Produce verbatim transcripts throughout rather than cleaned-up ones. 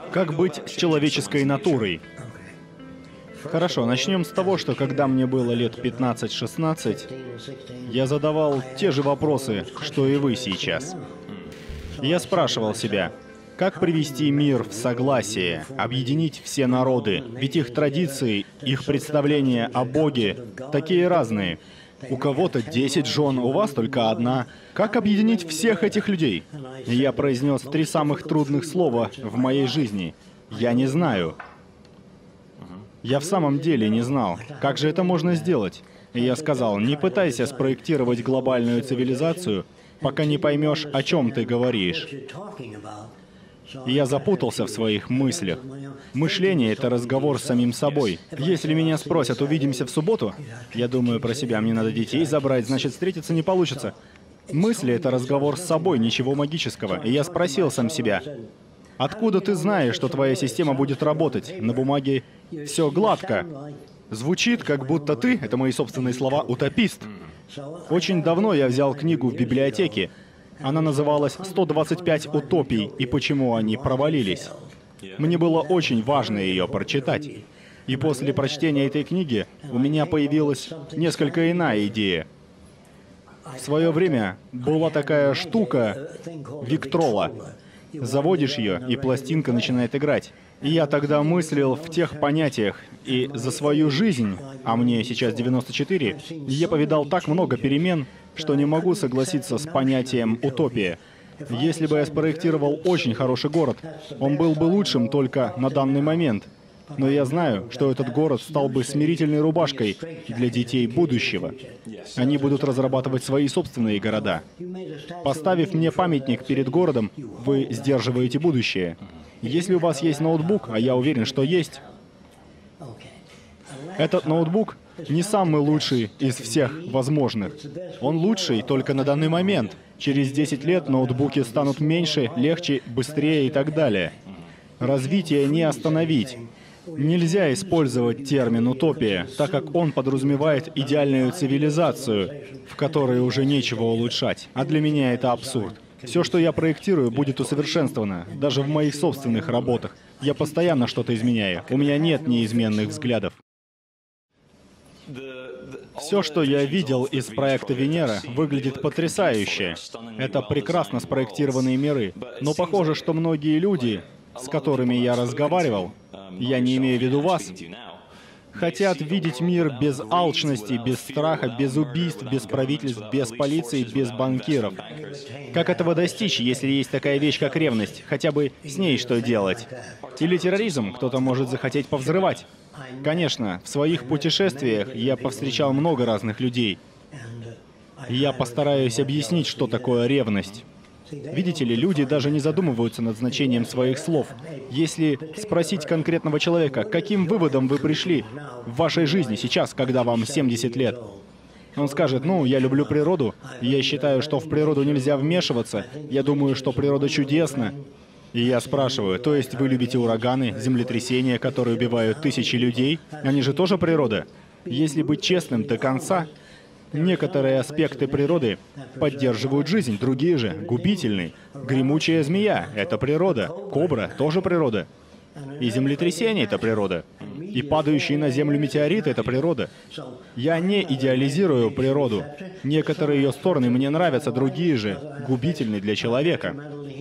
Как быть с человеческой натурой? Хорошо, начнем с того, что когда мне было лет пятнадцать-шестнадцать, я задавал те же вопросы, что и вы сейчас. Я спрашивал себя, как привести мир в согласие, объединить все народы, ведь их традиции, их представления о Боге такие разные. У кого-то десять жен, у вас только одна. Как объединить всех этих людей? И я произнес три самых трудных слова в моей жизни. Я не знаю. Я в самом деле не знал. Как же это можно сделать? И я сказал, не пытайся спроектировать глобальную цивилизацию, пока не поймешь, о чем ты говоришь. И я запутался в своих мыслях. Мышление — это разговор с самим собой. Если меня спросят, увидимся в субботу, я думаю про себя, мне надо детей забрать, значит, встретиться не получится. Мысли — это разговор с собой, ничего магического. И я спросил сам себя, откуда ты знаешь, что твоя система будет работать? На бумаге все гладко. Звучит, как будто ты, это мои собственные слова, утопист. Очень давно я взял книгу в библиотеке. Она называлась «сто двадцать пять утопий и почему они провалились». Мне было очень важно ее прочитать. И после прочтения этой книги у меня появилась несколько иная идея. В свое время была такая штука Виктрола. Заводишь ее, и пластинка начинает играть. И я тогда мыслил в тех понятиях, и за свою жизнь, а мне сейчас девяносто четыре, я повидал так много перемен, что не могу согласиться с понятием «утопия». Если бы я спроектировал очень хороший город, он был бы лучшим только на данный момент. Но я знаю, что этот город стал бы смирительной рубашкой для детей будущего. Они будут разрабатывать свои собственные города. Поставив мне памятник перед городом, вы сдерживаете будущее. Если у вас есть ноутбук, а я уверен, что есть, этот ноутбук не самый лучший из всех возможных. Он лучший только на данный момент. Через десять лет ноутбуки станут меньше, легче, быстрее и так далее. Развитие не остановить. Нельзя использовать термин «утопия», так как он подразумевает идеальную цивилизацию, в которой уже нечего улучшать. А для меня это абсурд. Все, что я проектирую, будет усовершенствовано, даже в моих собственных работах. Я постоянно что-то изменяю. У меня нет неизменных взглядов. Все, что я видел из проекта Венера, выглядит потрясающе. Это прекрасно спроектированные миры. Но похоже, что многие люди, с которыми я разговаривал, я не имею в виду вас, хотят видеть мир без алчности, без страха, без убийств, без правительств, без полиции, без банкиров. Как этого достичь, если есть такая вещь, как ревность? Хотя бы с ней что делать? Или терроризм? Кто-то может захотеть повзрывать. Конечно, в своих путешествиях я повстречал много разных людей. Я постараюсь объяснить, что такое ревность. Видите ли, люди даже не задумываются над значением своих слов. Если спросить конкретного человека, каким выводом вы пришли в вашей жизни сейчас, когда вам семьдесят лет, он скажет, ну, я люблю природу, я считаю, что в природу нельзя вмешиваться, я думаю, что природа чудесна. И я спрашиваю, то есть вы любите ураганы, землетрясения, которые убивают тысячи людей? Они же тоже природа? Если быть честным до конца, некоторые аспекты природы поддерживают жизнь, другие же губительны. Гремучая змея — это природа, кобра — тоже природа. И землетрясение — это природа. И падающие на землю метеориты — это природа. Я не идеализирую природу. Некоторые ее стороны мне нравятся, другие же губительны для человека.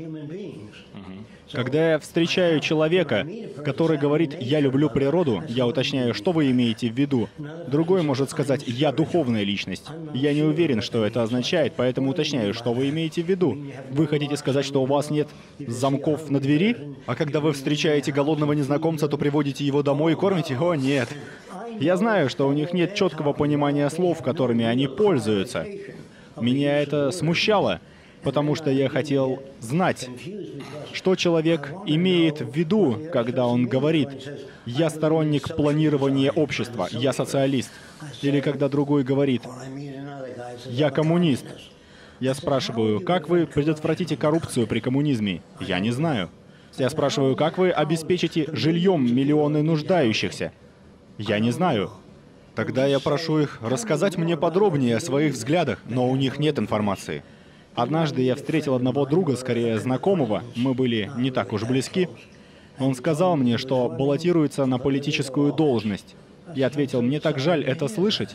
Когда я встречаю человека, который говорит «я люблю природу», я уточняю, что вы имеете в виду. Другой может сказать «я духовная личность». Я не уверен, что это означает, поэтому уточняю, что вы имеете в виду. Вы хотите сказать, что у вас нет замков на двери? А когда вы встречаете голодного незнакомца, то приводите его домой и кормите? О, нет. Я знаю, что у них нет четкого понимания слов, которыми они пользуются. Меня это смущало, потому что я хотел знать, что человек имеет в виду, когда он говорит «я сторонник планирования общества, я социалист». Или когда другой говорит «я коммунист». Я спрашиваю, как вы предотвратите коррупцию при коммунизме? Я не знаю. Я спрашиваю, как вы обеспечите жильем миллионы нуждающихся? Я не знаю. Тогда я прошу их рассказать мне подробнее о своих взглядах, но у них нет информации. Однажды я встретил одного друга, скорее знакомого, мы были не так уж близки, Он сказал мне, что баллотируется на политическую должность. Я ответил, мне так жаль это слышать.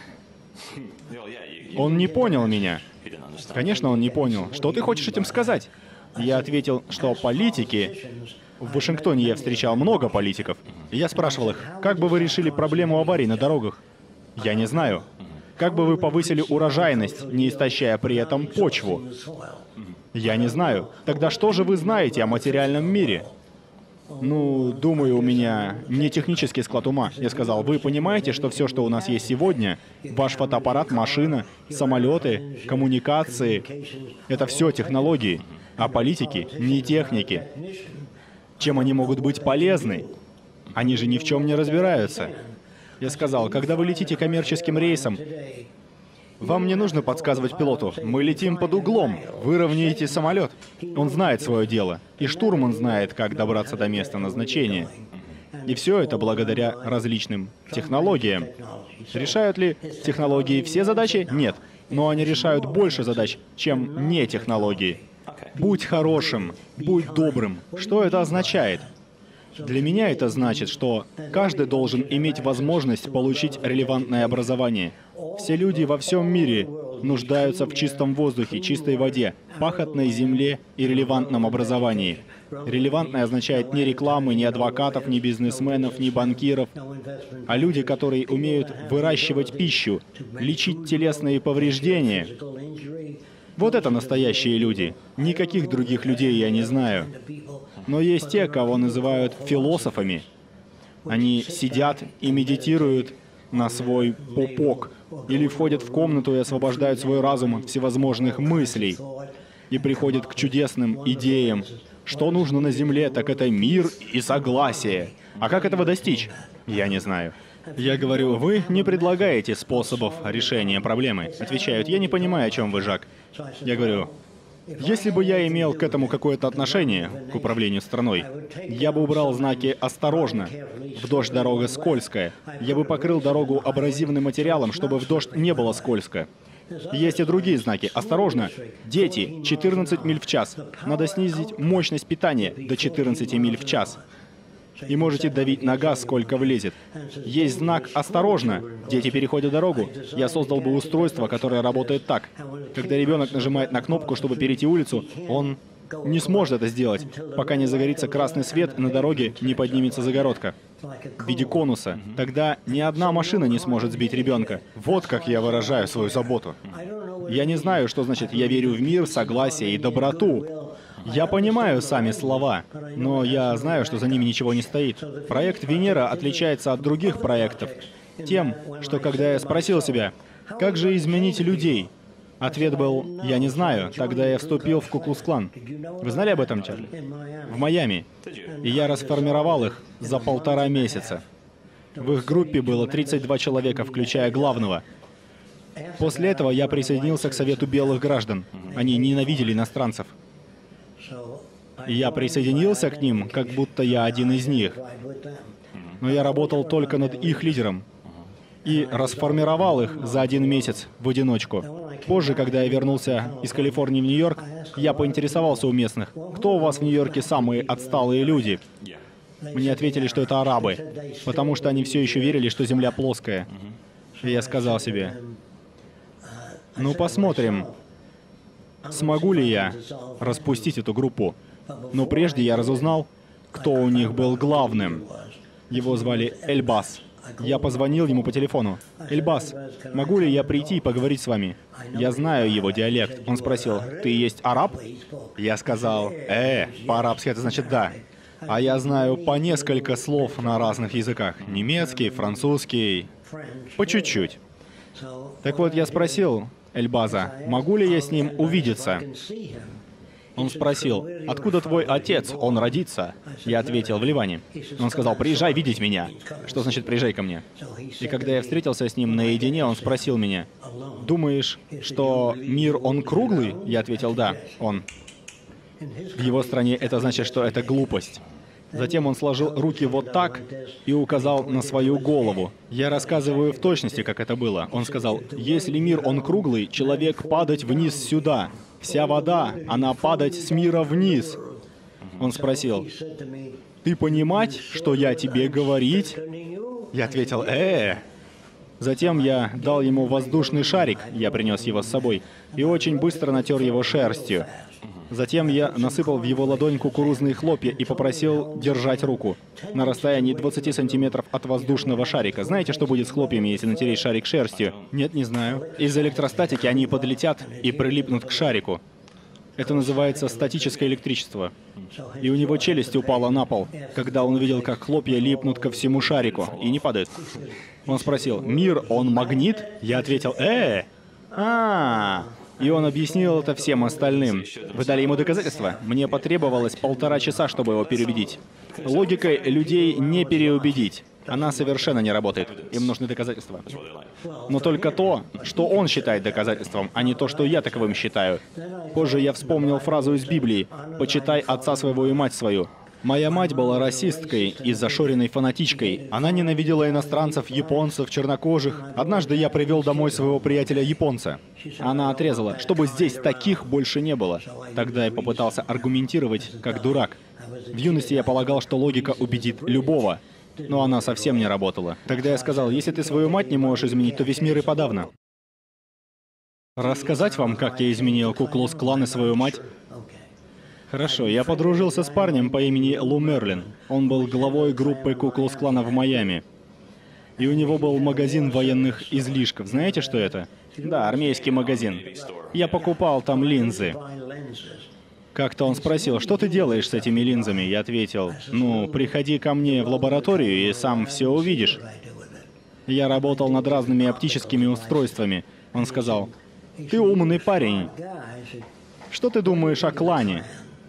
Он не понял меня. Конечно, он не понял. Что ты хочешь этим сказать? Я ответил, что политики... В Вашингтоне я встречал много политиков. И я спрашивал их, как бы вы решили проблему аварий на дорогах? Я не знаю. Как бы вы повысили урожайность, не истощая при этом почву? Я не знаю. Тогда что же вы знаете о материальном мире? Ну, думаю, у меня не технический склад ума. Я сказал, вы понимаете, что все, что у нас есть сегодня, ваш фотоаппарат, машина, самолеты, коммуникации, это все технологии, а политики не техники. Чем они могут быть полезны? Они же ни в чем не разбираются. Я сказал, когда вы летите коммерческим рейсом, вам не нужно подсказывать пилоту. Мы летим под углом. Выровняйте самолет. Он знает свое дело. И штурман знает, как добраться до места назначения. И все это благодаря различным технологиям. Решают ли технологии все задачи? Нет. Но они решают больше задач, чем не технологии. Будь хорошим, будь добрым. Что это означает? Для меня это значит, что каждый должен иметь возможность получить релевантное образование. Все люди во всем мире нуждаются в чистом воздухе, чистой воде, пахотной земле и релевантном образовании. Релевантное означает ни рекламы, ни адвокатов, ни бизнесменов, ни банкиров, а люди, которые умеют выращивать пищу, лечить телесные повреждения. Вот это настоящие люди. Никаких других людей я не знаю. Но есть те, кого называют философами. Они сидят и медитируют на свой пупок, или входят в комнату и освобождают свой разум от всевозможных мыслей, и приходят к чудесным идеям. Что нужно на Земле, так это мир и согласие. А как этого достичь? Я не знаю. Я говорю, вы не предлагаете способов решения проблемы. Отвечают, я не понимаю, о чем вы, Жак. Я говорю, если бы я имел к этому какое-то отношение, к управлению страной, я бы убрал знаки «Осторожно», «В дождь дорога скользкая». Я бы покрыл дорогу абразивным материалом, чтобы в дождь не было скользко. Есть и другие знаки. «Осторожно! Дети! четырнадцать миль в час. Надо снизить мощность питания до четырнадцати миль в час. И можете давить на газ, сколько влезет. Есть знак «Осторожно! Дети переходят дорогу». Я создал бы устройство, которое работает так. Когда ребенок нажимает на кнопку, чтобы перейти улицу, он не сможет это сделать, пока не загорится красный свет, и на дороге не поднимется загородка в виде конуса. Тогда ни одна машина не сможет сбить ребенка. Вот как я выражаю свою заботу. Я не знаю, что значит «я верю в мир, согласие и доброту». Я понимаю сами слова, но я знаю, что за ними ничего не стоит. Проект «Венера» отличается от других проектов тем, что когда я спросил себя, как же изменить людей, ответ был «я не знаю». Тогда я вступил в Ку-клукс-клан. Вы знали об этом, Чарли? В Майами. И я расформировал их за полтора месяца. В их группе было тридцать два человека, включая главного. После этого я присоединился к Совету белых граждан. Они ненавидели иностранцев. И я присоединился к ним, как будто я один из них. Но я работал только над их лидером. И расформировал их за один месяц в одиночку. Позже, когда я вернулся из Калифорнии в Нью-Йорк, я поинтересовался у местных, кто у вас в Нью-Йорке самые отсталые люди? Мне ответили, что это арабы, потому что они все еще верили, что Земля плоская. И я сказал себе, ну посмотрим, смогу ли я распустить эту группу. Но прежде я разузнал, кто у них был главным. Его звали Эльбас. Я позвонил ему по телефону. «Эльбас, могу ли я прийти и поговорить с вами? Я знаю его диалект». Он спросил, «Ты есть араб?» Я сказал, «Э, по-арабски это значит «да». А я знаю по несколько слов на разных языках. Немецкий, французский, по чуть-чуть. Так вот, я спросил Эльбаза, могу ли я с ним увидеться? Он спросил, откуда твой отец, он родится? Я ответил, в Ливане. Он сказал, приезжай видеть меня. Что значит приезжай ко мне? И когда я встретился с ним наедине, он спросил меня, думаешь, что мир, он круглый? Я ответил, да, он. В его стране это значит, что это глупость. Затем он сложил руки вот так и указал на свою голову. Я рассказываю в точности, как это было. Он сказал, если мир, он круглый, человек падать вниз сюда. Вся вода, она падать с мира вниз. Он спросил, Ты понимать, что я тебе говорить? Я ответил, э Затем я дал ему воздушный шарик, я принес его с собой, и очень быстро натер его шерстью. Затем я насыпал в его ладонь кукурузные хлопья и попросил держать руку на расстоянии двадцати сантиметров от воздушного шарика. Знаете, что будет с хлопьями, если натереть шарик шерстью? Нет, не знаю. Из электростатики они подлетят и прилипнут к шарику. Это называется статическое электричество. И у него челюсть упала на пол, когда он увидел, как хлопья липнут ко всему шарику и не падают. Он спросил, «Мир, он магнит?» Я ответил, «Э, а, И он объяснил это всем остальным. Вы дали ему доказательства? Мне потребовалось полтора часа, чтобы его переубедить. Логикой людей не переубедить. Она совершенно не работает. Им нужны доказательства. Но только то, что он считает доказательством, а не то, что я таковым считаю. Позже я вспомнил фразу из Библии «Почитай отца своего и мать свою». Моя мать была расисткой и зашоренной фанатичкой. Она ненавидела иностранцев, японцев, чернокожих. Однажды я привел домой своего приятеля-японца. Она отрезала, чтобы здесь таких больше не было. Тогда я попытался аргументировать, как дурак. В юности я полагал, что логика убедит любого. Но она совсем не работала. Тогда я сказал, если ты свою мать не можешь изменить, то весь мир и подавно. Рассказать вам, как я изменил Ку-Клукс-Клан и свою мать? Хорошо, я подружился с парнем по имени Лу Мерлин. Он был главой группы Ку-Клукс-Клана в Майами. И у него был магазин военных излишков. Знаете, что это? Да, армейский магазин. Я покупал там линзы. Как-то он спросил, что ты делаешь с этими линзами? Я ответил, ну, приходи ко мне в лабораторию и сам все увидишь. Я работал над разными оптическими устройствами. Он сказал, ты умный парень. Что ты думаешь о клане?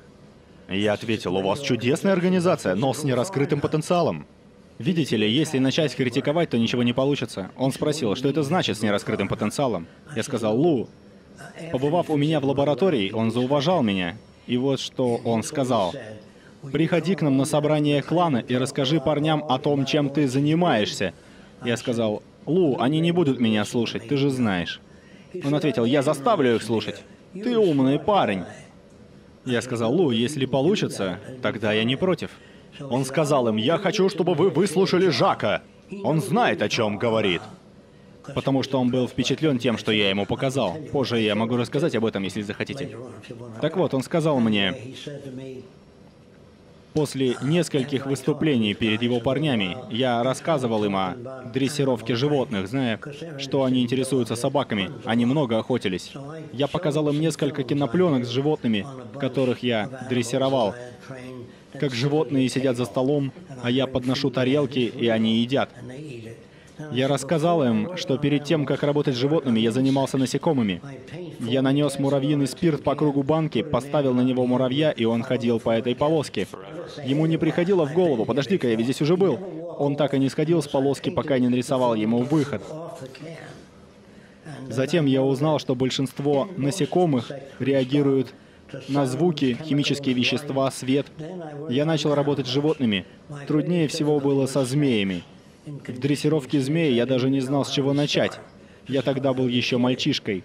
Я ответил, у вас чудесная организация, но с нераскрытым потенциалом. Видите ли, если начать критиковать, то ничего не получится. Он спросил, что это значит с нераскрытым потенциалом? Я сказал, Лу, побывав у меня в лаборатории, он зауважал меня. И вот что он сказал. Приходи к нам на собрание клана и расскажи парням о том, чем ты занимаешься. Я сказал, Лу, они не будут меня слушать, ты же знаешь. Он ответил, я заставлю их слушать. Ты умный парень. Я сказал, Лу, если получится, тогда я не против. Он сказал им, я хочу, чтобы вы выслушали Жака. Он знает, о чем говорит. Потому что он был впечатлен тем, что я ему показал. Позже я могу рассказать об этом, если захотите. Так вот, он сказал мне, после нескольких выступлений перед его парнями, я рассказывал им о дрессировке животных, зная, что они интересуются собаками. Они много охотились. Я показал им несколько кинопленок с животными, которых я дрессировал. Как животные сидят за столом, а я подношу тарелки, и они едят. Я рассказал им, что перед тем, как работать с животными, я занимался насекомыми. Я нанес муравьиный спирт по кругу банки, поставил на него муравья, и он ходил по этой полоске. Ему не приходило в голову, подожди-ка, я ведь здесь уже был. Он так и не сходил с полоски, пока не нарисовал ему выход. Затем я узнал, что большинство насекомых реагируют на звуки, химические вещества, свет. Я начал работать с животными. Труднее всего было со змеями. В дрессировке змей я даже не знал, с чего начать. Я тогда был еще мальчишкой.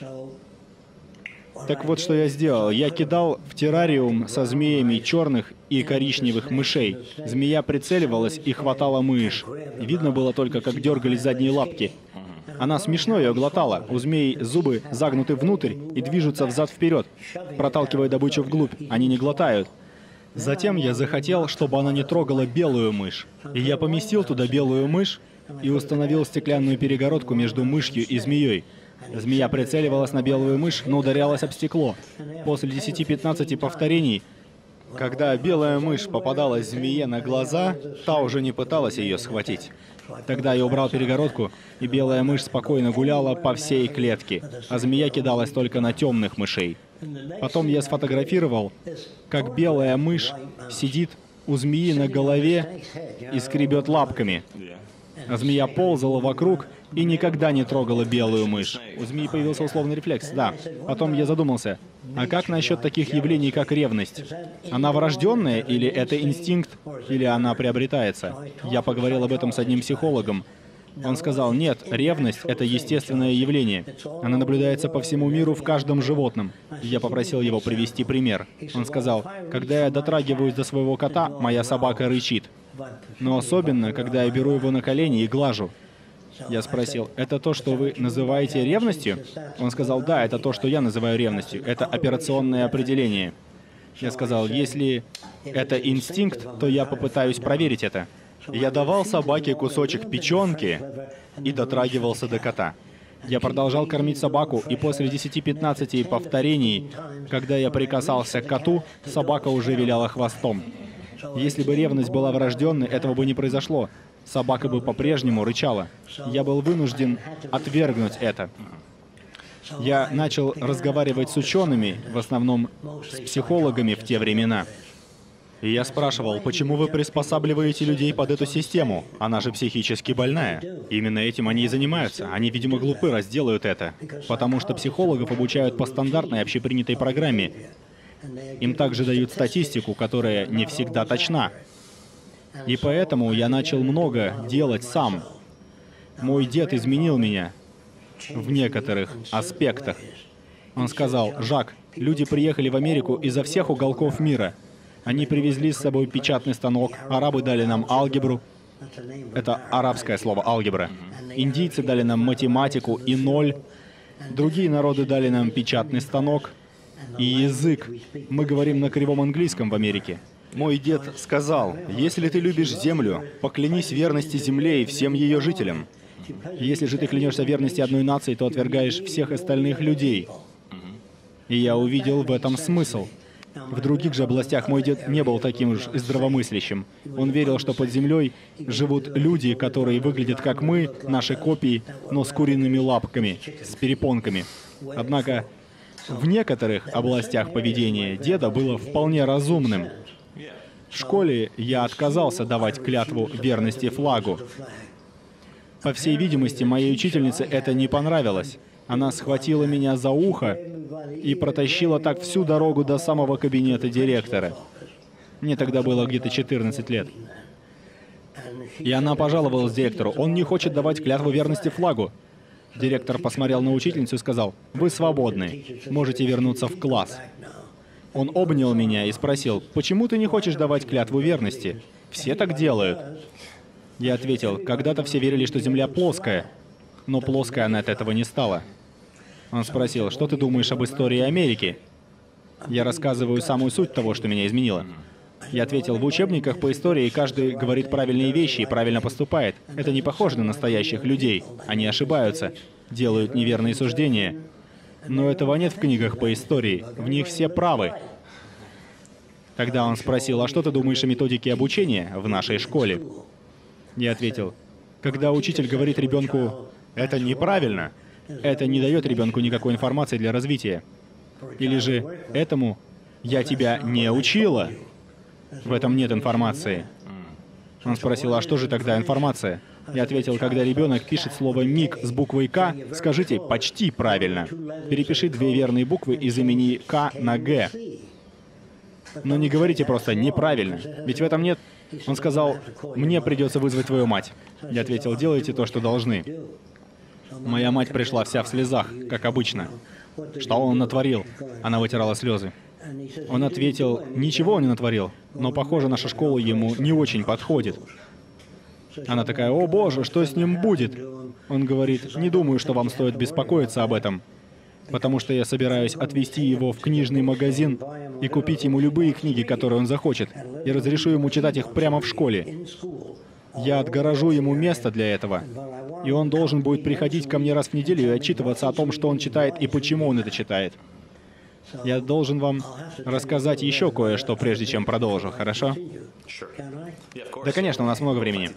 Так вот, что я сделал. Я кидал в террариум со змеями черных и коричневых мышей. Змея прицеливалась и хватала мышь. Видно было только, как дергались задние лапки. Она смешно ее глотала. У змей зубы загнуты внутрь и движутся взад-вперед, проталкивая добычу вглубь. Они не глотают. Затем я захотел, чтобы она не трогала белую мышь. И я поместил туда белую мышь и установил стеклянную перегородку между мышью и змеей. Змея прицеливалась на белую мышь, но ударялась об стекло. После десяти-пятнадцати повторений, когда белая мышь попадалась змее на глаза, та уже не пыталась ее схватить. Тогда я убрал перегородку, и белая мышь спокойно гуляла по всей клетке, а змея кидалась только на темных мышей. Потом я сфотографировал, как белая мышь сидит у змеи на голове и скребет лапками. А змея ползала вокруг и никогда не трогала белую мышь. У змеи появился условный рефлекс, да. Потом я задумался, а как насчет таких явлений, как ревность? Она врожденная, или это инстинкт, или она приобретается? Я поговорил об этом с одним психологом. Он сказал, нет, ревность — это естественное явление. Она наблюдается по всему миру в каждом животном. Я попросил его привести пример. Он сказал, когда я дотрагиваюсь до своего кота, моя собака рычит. Но особенно, когда я беру его на колени и глажу. Я спросил, это то, что вы называете ревностью? Он сказал, да, это то, что я называю ревностью. Это операционное определение. Я сказал, если это инстинкт, то я попытаюсь проверить это. Я давал собаке кусочек печенки и дотрагивался до кота. Я продолжал кормить собаку, и после десяти-пятнадцати повторений, когда я прикасался к коту, собака уже виляла хвостом. Если бы ревность была врожденной, этого бы не произошло. Собака бы по-прежнему рычала. Я был вынужден отвергнуть это. Я начал разговаривать с учеными, в основном с психологами в те времена. И я спрашивал, почему вы приспосабливаете людей под эту систему? Она же психически больная. Именно этим они и занимаются. Они, видимо, глупы, раз делают это. Потому что психологов обучают по стандартной общепринятой программе. Им также дают статистику, которая не всегда точна. И поэтому я начал много делать сам. Мой дед изменил меня в некоторых аспектах. Он сказал, Жак, люди приехали в Америку изо всех уголков мира. Они привезли с собой печатный станок, арабы дали нам алгебру. Это арабское слово «алгебра». Индийцы дали нам математику и ноль. Другие народы дали нам печатный станок и язык. Мы говорим на кривом английском в Америке. Мой дед сказал, если ты любишь землю, поклянись верности земле и всем ее жителям. Если же ты клянешься верности одной нации, то отвергаешь всех остальных людей. И я увидел в этом смысл. В других же областях мой дед не был таким уж здравомыслящим. Он верил, что под землей живут люди, которые выглядят как мы, наши копии, но с куриными лапками, с перепонками. Однако в некоторых областях поведение деда было вполне разумным. В школе я отказался давать клятву верности флагу. По всей видимости, моей учительнице это не понравилось. Она схватила меня за ухо и протащила так всю дорогу до самого кабинета директора. Мне тогда было где-то четырнадцать лет. И она пожаловалась директору. Он не хочет давать клятву верности флагу. Директор посмотрел на учительницу и сказал, «Вы свободны. Можете вернуться в класс». Он обнял меня и спросил, «Почему ты не хочешь давать клятву верности? Все так делают». Я ответил, «Когда-то все верили, что Земля плоская, но плоская она от этого не стала». Он спросил, «Что ты думаешь об истории Америки?» Я рассказываю самую суть того, что меня изменило. Я ответил, в учебниках по истории каждый говорит правильные вещи и правильно поступает. Это не похоже на настоящих людей. Они ошибаются, делают неверные суждения. Но этого нет в книгах по истории. В них все правы. Тогда он спросил, а что ты думаешь о методике обучения в нашей школе? Я ответил, когда учитель говорит ребенку, это неправильно, это не дает ребенку никакой информации для развития. Или же этому я тебя не учила. В этом нет информации. Он спросил, а что же тогда информация? Я ответил, когда ребенок пишет слово «миг» с буквой «К», скажите «почти правильно». Перепиши две верные буквы и замени «К» на «Г». Но не говорите просто «неправильно», ведь в этом нет... Он сказал, «Мне придется вызвать твою мать». Я ответил, «Делайте то, что должны». Моя мать пришла вся в слезах, как обычно. Что он натворил? Она вытирала слезы. Он ответил, ничего он не натворил, но, похоже, наша школа ему не очень подходит. Она такая, о боже, что с ним будет? Он говорит, не думаю, что вам стоит беспокоиться об этом, потому что я собираюсь отвезти его в книжный магазин и купить ему любые книги, которые он захочет, и разрешу ему читать их прямо в школе. Я отгорожу ему место для этого, и он должен будет приходить ко мне раз в неделю и отчитываться о том, что он читает и почему он это читает. Я должен вам рассказать еще кое-что, прежде чем продолжу, хорошо? Да, конечно, у нас много времени.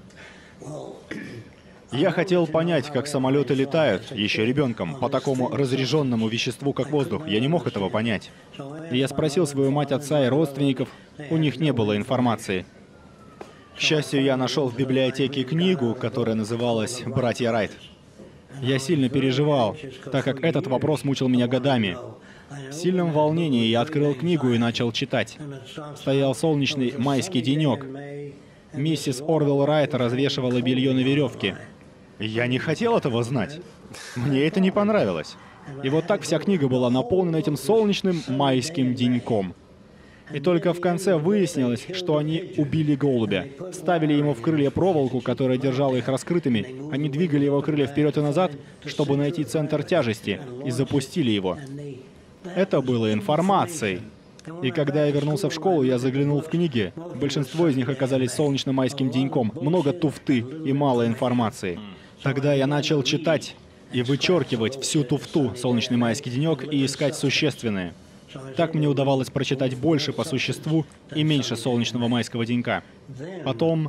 Я хотел понять, как самолеты летают, еще ребенком, по такому разряженному веществу, как воздух. Я не мог этого понять. И я спросил свою мать, отца и родственников, у них не было информации. К счастью, я нашел в библиотеке книгу, которая называлась «Братья Райт». Я сильно переживал, так как этот вопрос мучил меня годами. В сильном волнении я открыл книгу и начал читать. Стоял солнечный майский денек. Миссис Орвилл Райт развешивала белье на веревке. Я не хотел этого знать. Мне это не понравилось. И вот так вся книга была наполнена этим солнечным майским деньком. И только в конце выяснилось, что они убили голубя. Вставили ему в крылья проволоку, которая держала их раскрытыми. Они двигали его крылья вперед и назад, чтобы найти центр тяжести, и запустили его. Это было информацией. И когда я вернулся в школу, я заглянул в книги. Большинство из них оказались солнечно-майским деньком. Много туфты и мало информации. Тогда я начал читать и вычеркивать всю туфту, солнечный майский денек, и искать существенное. Так мне удавалось прочитать больше по существу и меньше солнечного майского денька. Потом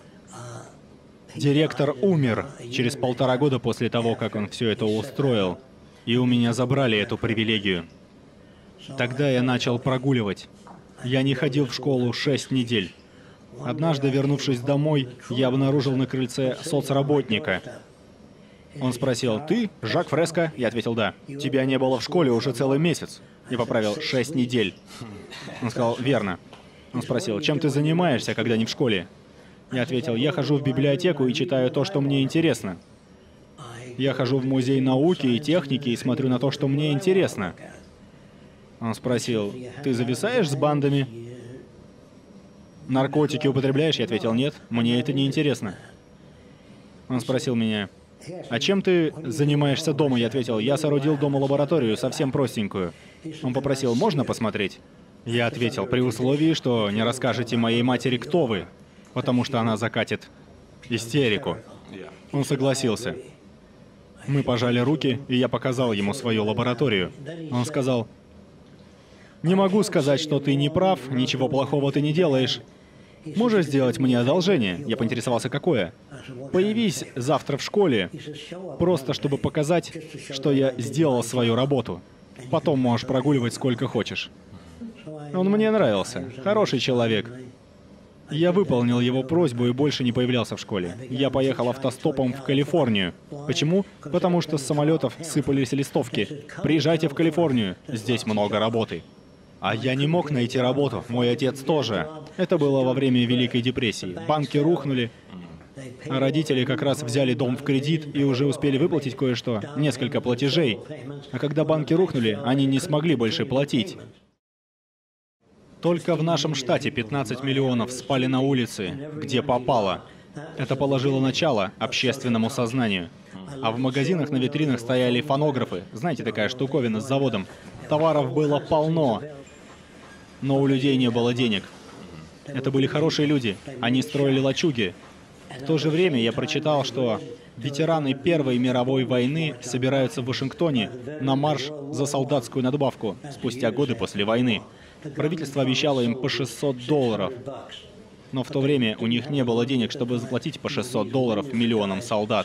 директор умер через полтора года после того, как он все это устроил, и у меня забрали эту привилегию. Тогда я начал прогуливать. Я не ходил в школу шесть недель. Однажды, вернувшись домой, я обнаружил на крыльце соцработника. Он спросил: «Ты Жак Фреско?» Я ответил: «Да». «Тебя не было в школе уже целый месяц». Я поправил: «Шесть недель». Он сказал: «Верно». Он спросил: «Чем ты занимаешься, когда не в школе?» Я ответил: «Я хожу в библиотеку и читаю то, что мне интересно. Я хожу в музей науки и техники и смотрю на то, что мне интересно». Он спросил: «Ты зависаешь с бандами? Наркотики употребляешь?» Я ответил: «Нет, мне это не интересно». Он спросил меня: «А чем ты занимаешься дома?» Я ответил: «Я соорудил дома лабораторию, совсем простенькую». Он попросил: «Можно посмотреть?» Я ответил: «При условии, что не расскажете моей матери, кто вы, потому что она закатит истерику». Он согласился. Мы пожали руки, и я показал ему свою лабораторию. Он сказал: «Не могу сказать, что ты не прав, ничего плохого ты не делаешь. Можешь сделать мне одолжение?» Я поинтересовался: «Какое?» «Появись завтра в школе, просто чтобы показать, что я сделал свою работу. Потом можешь прогуливать сколько хочешь». Он мне нравился. Хороший человек. Я выполнил его просьбу и больше не появлялся в школе. Я поехал автостопом в Калифорнию. Почему? Потому что с самолетов сыпались листовки: «Приезжайте в Калифорнию, здесь много работы». А я не мог найти работу, мой отец тоже. Это было во время Великой депрессии. Банки рухнули, а родители как раз взяли дом в кредит и уже успели выплатить кое-что, несколько платежей. А когда банки рухнули, они не смогли больше платить. Только в нашем штате пятнадцать миллионов спали на улице, где попало. Это положило начало общественному сознанию. А в магазинах на витринах стояли фонографы. Знаете, такая штуковина с заводом. Товаров было полно, но у людей не было денег. Это были хорошие люди. Они строили лачуги. В то же время я прочитал, что ветераны Первой мировой войны собираются в Вашингтоне на марш за солдатскую надбавку спустя годы после войны. Правительство обещало им по шестьсот долларов. Но в то время у них не было денег, чтобы заплатить по шестьсот долларов миллионам солдат.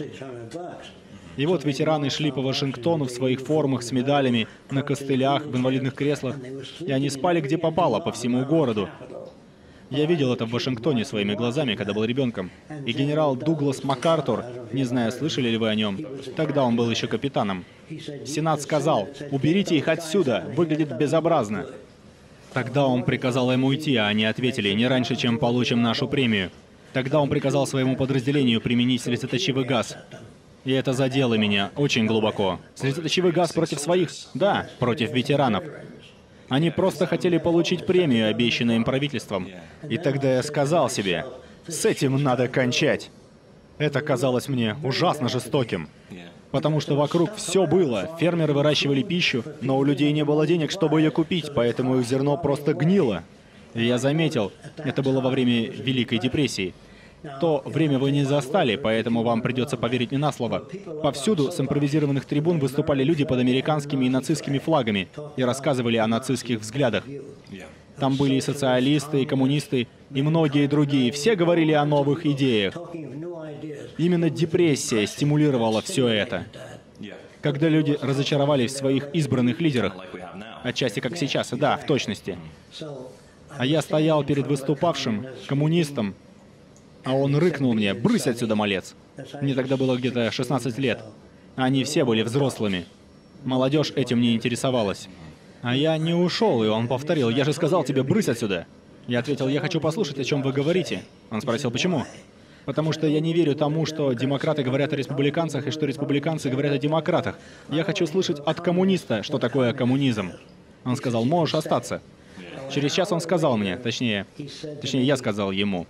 И вот ветераны шли по Вашингтону в своих формах с медалями, на костылях, в инвалидных креслах, и они спали где попало, по всему городу. Я видел это в Вашингтоне своими глазами, когда был ребенком. И генерал Дуглас МакАртур, не знаю, слышали ли вы о нем, тогда он был еще капитаном. Сенат сказал: «Уберите их отсюда, выглядит безобразно». Тогда он приказал им уйти, а они ответили: «Не раньше, чем получим нашу премию». Тогда он приказал своему подразделению применить слезоточивый газ. И это задело меня очень глубоко. Слезоточивый газ против своих? Да, против ветеранов. Они просто хотели получить премию, обещанную им правительством. И тогда я сказал себе: с этим надо кончать. Это казалось мне ужасно жестоким. Потому что вокруг все было. Фермеры выращивали пищу, но у людей не было денег, чтобы ее купить, поэтому их зерно просто гнило. И я заметил, это было во время Великой депрессии. То время вы не застали, поэтому вам придется поверить мне на слово. Повсюду с импровизированных трибун выступали люди под американскими и нацистскими флагами и рассказывали о нацистских взглядах. Там были и социалисты, и коммунисты, и многие другие. Все говорили о новых идеях. Именно депрессия стимулировала все это. Когда люди разочаровались в своих избранных лидерах, отчасти как сейчас, да, в точности. А я стоял перед выступавшим коммунистом, а он рыкнул мне: «Брысь отсюда, малец!» Мне тогда было где-то шестнадцать лет. Они все были взрослыми. Молодежь этим не интересовалась. А я не ушел, и он повторил: «Я же сказал тебе, брысь отсюда!» Я ответил: «Я хочу послушать, о чем вы говорите». Он спросил: «Почему?» Потому что я не верю тому, что демократы говорят о республиканцах и что республиканцы говорят о демократах. Я хочу слышать от коммуниста, что такое коммунизм. Он сказал, можешь остаться. Через час он сказал мне, точнее, точнее, я сказал ему,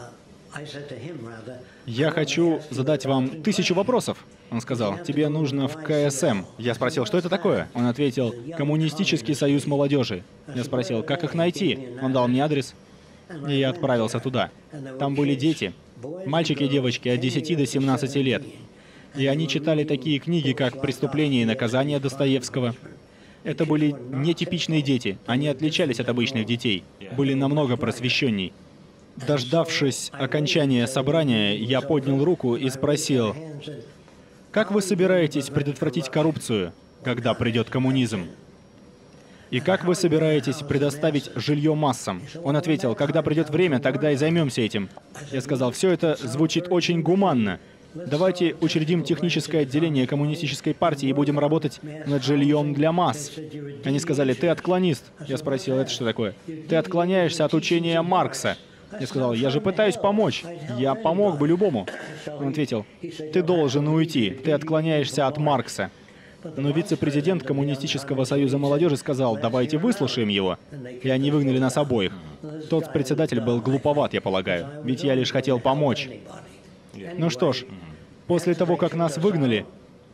я хочу задать вам тысячу вопросов. Он сказал, тебе нужно в ка эс эм. Я спросил, что это такое? Он ответил, Коммунистический союз молодежи. Я спросил, как их найти? Он дал мне адрес, и я отправился туда. Там были дети, мальчики и девочки от десяти до семнадцати лет. И они читали такие книги, как «Преступление и наказание» Достоевского. Это были нетипичные дети. Они отличались от обычных детей, были намного просвещенней. Дождавшись окончания собрания, я поднял руку и спросил, как вы собираетесь предотвратить коррупцию, когда придет коммунизм? И как вы собираетесь предоставить жилье массам? Он ответил, когда придет время, тогда и займемся этим. Я сказал, все это звучит очень гуманно. Давайте учредим техническое отделение коммунистической партии и будем работать над жильем для масс. Они сказали, ты отклонист. Я спросил, это что такое? Ты отклоняешься от учения Маркса. Я сказал, я же пытаюсь помочь. Я помог бы любому. Он ответил, ты должен уйти. Ты отклоняешься от Маркса. Но вице-президент Коммунистического союза молодежи сказал, давайте выслушаем его. И они выгнали нас обоих. Тот председатель был глуповат, я полагаю. Ведь я лишь хотел помочь. Ну что ж, после того, как нас выгнали,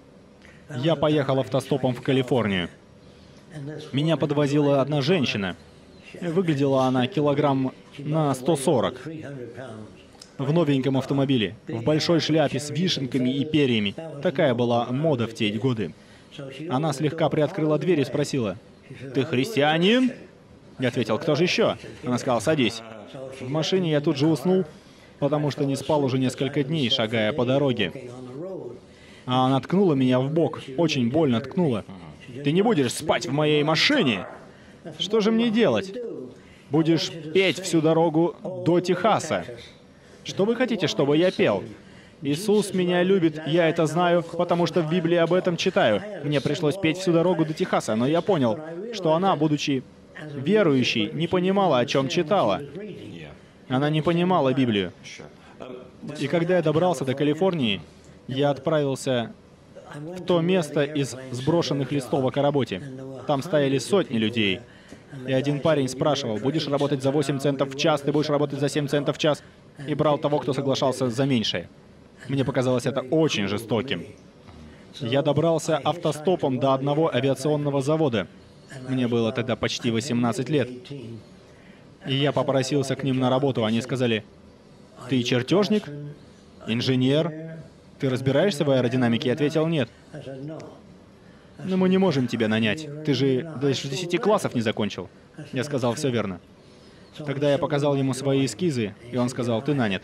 я поехал автостопом в Калифорнию. Меня подвозила одна женщина. Выглядела она килограмм на сто сорок. В новеньком автомобиле, в большой шляпе с вишенками и перьями. Такая была мода в те годы. Она слегка приоткрыла дверь и спросила, «Ты христианин?» Я ответил, «Кто же еще?» Она сказала, «Садись». В машине я тут же уснул, потому что не спал уже несколько дней, шагая по дороге. А она ткнула меня в бок, очень больно ткнула. «Ты не будешь спать в моей машине!» Что же мне делать? Будешь петь всю дорогу до Техаса. Что вы хотите, чтобы я пел? Иисус меня любит, я это знаю, потому что в Библии об этом читаю. Мне пришлось петь всю дорогу до Техаса, но я понял, что она, будучи верующей, не понимала, о чем читала. Она не понимала Библию. И когда я добрался до Калифорнии, я отправился в то место из сброшенных листовок о работе. Там стояли сотни людей. И один парень спрашивал, будешь работать за восемь центов в час, ты будешь работать за семь центов в час, и брал того, кто соглашался за меньшее. Мне показалось это очень жестоким. Я добрался автостопом до одного авиационного завода. Мне было тогда почти восемнадцать лет. И я попросился к ним на работу. Они сказали, ты чертежник? Инженер? Ты разбираешься в аэродинамике? Я ответил, нет. Но мы не можем тебя нанять. Ты же даже десяти классов не закончил. Я сказал, все верно. Тогда я показал ему свои эскизы, и он сказал, ты нанят.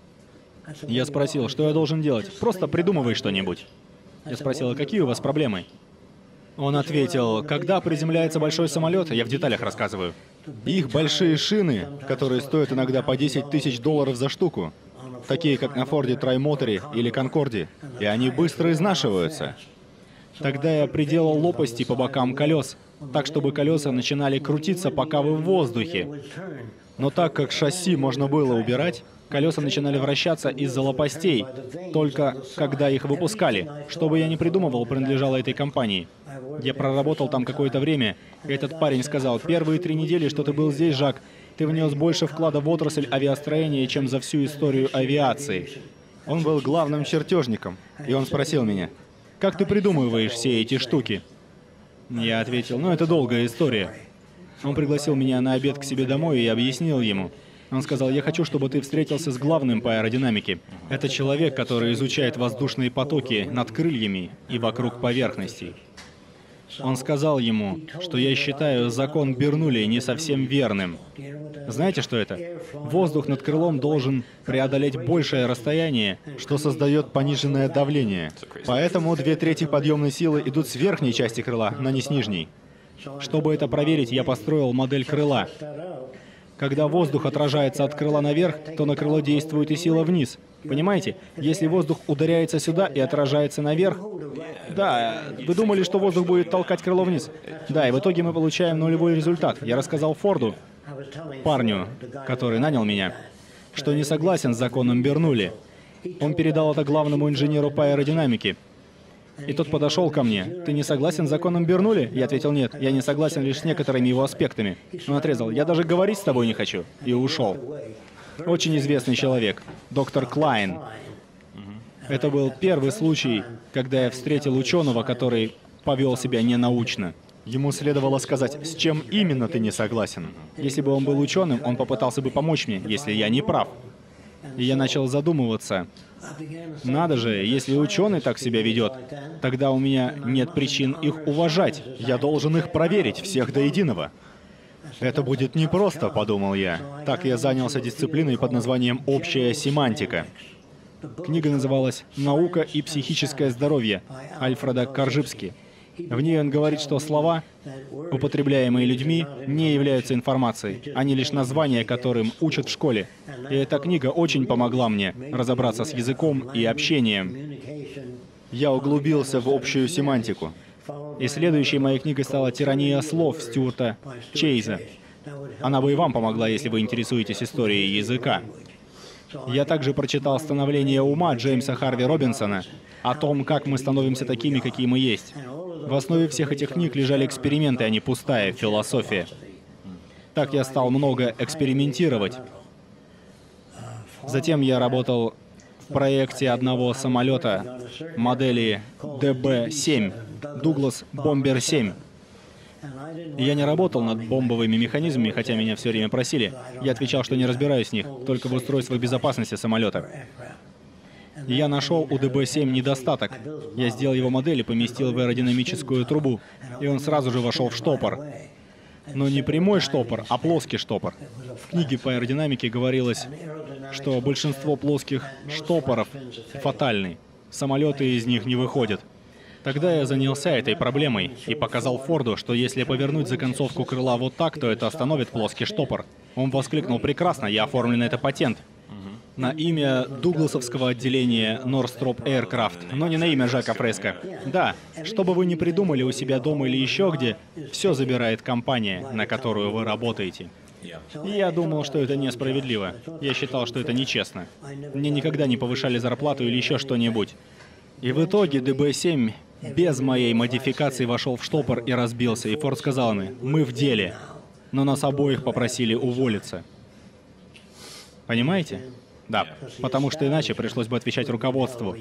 Я спросил, что я должен делать? Просто придумывай что-нибудь. Я спросил, а какие у вас проблемы? Он ответил, когда приземляется большой самолет, я в деталях рассказываю, их большие шины, которые стоят иногда по десять тысяч долларов за штуку, такие как на Форде Траймоторе или Конкорде, и они быстро изнашиваются. Тогда я приделал лопасти по бокам колес, так, чтобы колеса начинали крутиться, пока вы в воздухе. Но так как шасси можно было убирать, колеса начинали вращаться из-за лопастей, только когда их выпускали. Что бы я ни придумывал, принадлежало этой компании. Я проработал там какое-то время, и этот парень сказал, первые три недели, что ты был здесь, Жак, ты внес больше вклада в отрасль авиастроения, чем за всю историю авиации. Он был главным чертежником, и он спросил меня, как ты придумываешь все эти штуки? Я ответил, ну это долгая история. Он пригласил меня на обед к себе домой и объяснил ему. Он сказал, я хочу, чтобы ты встретился с главным по аэродинамике. Это человек, который изучает воздушные потоки над крыльями и вокруг поверхностей. Он сказал ему, что я считаю закон Бернулли не совсем верным. Знаете, что это? Воздух над крылом должен преодолеть большее расстояние, что создает пониженное давление. Поэтому две трети подъемной силы идут с верхней части крыла, но не с нижней. Чтобы это проверить, я построил модель крыла. Когда воздух отражается от крыла наверх, то на крыло действует и сила вниз. Понимаете? Если воздух ударяется сюда и отражается наверх... Да, вы думали, что воздух будет толкать крыло вниз? Да, и в итоге мы получаем нулевой результат. Я рассказал Форду, парню, который нанял меня. что не согласен с законом Бернулли. Он передал это главному инженеру по аэродинамике. И тот подошел ко мне. «Ты не согласен с законом Бернулли?» Я ответил: «Нет, я не согласен лишь с некоторыми его аспектами». Он отрезал: «Я даже говорить с тобой не хочу». И ушел. Очень известный человек, доктор Клайн. Это был первый случай, когда я встретил ученого, который повел себя ненаучно. Ему следовало сказать, с чем именно ты не согласен. Если бы он был ученым, он попытался бы помочь мне, если я не прав. И я начал задумываться. Надо же, если ученый так себя ведет, тогда у меня нет причин их уважать. Я должен их проверить, всех до единого. Это будет непросто, подумал я. Так я занялся дисциплиной под названием «Общая семантика». Книга называлась «Наука и психическое здоровье» Альфреда Коржибски. В ней он говорит, что слова, употребляемые людьми, не являются информацией. Они лишь названия, которым учат в школе. И эта книга очень помогла мне разобраться с языком и общением. Я углубился в общую семантику. И следующей моей книгой стала «Тирания слов» Стюарта Чейза. Она бы и вам помогла, если вы интересуетесь историей языка. Я также прочитал «Становление ума» Джеймса Харви Робинсона о том, как мы становимся такими, какие мы есть. В основе всех этих книг лежали эксперименты, а не пустая философия. Так я стал много экспериментировать. Затем я работал в проекте одного самолета модели Д Б семь, Douglas Bomber семь. Я не работал над бомбовыми механизмами, хотя меня все время просили. Я отвечал, что не разбираюсь в них, только в устройствах безопасности самолета. И я нашел у Д Б семь недостаток. Я сделал его модель и поместил в аэродинамическую трубу, и он сразу же вошел в штопор. Но не прямой штопор, а плоский штопор. В книге по аэродинамике говорилось, что большинство плоских штопоров фатальны. Самолеты из них не выходят. Тогда я занялся этой проблемой и показал Форду, что если повернуть законцовку крыла вот так, то это остановит плоский штопор. Он воскликнул: «Прекрасно, я оформлю на это патент». На имя дугласовского отделения Northrop Aircraft, но не на имя Жака Фреско. Да, что бы вы ни придумали у себя дома или еще где, все забирает компания, на которую вы работаете. И я думал, что это несправедливо. Я считал, что это нечестно. Мне никогда не повышали зарплату или еще что-нибудь. И в итоге Д Б семь без моей модификации вошел в штопор и разбился, и Форд сказал мне: «Мы в деле». Но нас обоих попросили уволиться. Понимаете? Да, потому что иначе пришлось бы отвечать руководству.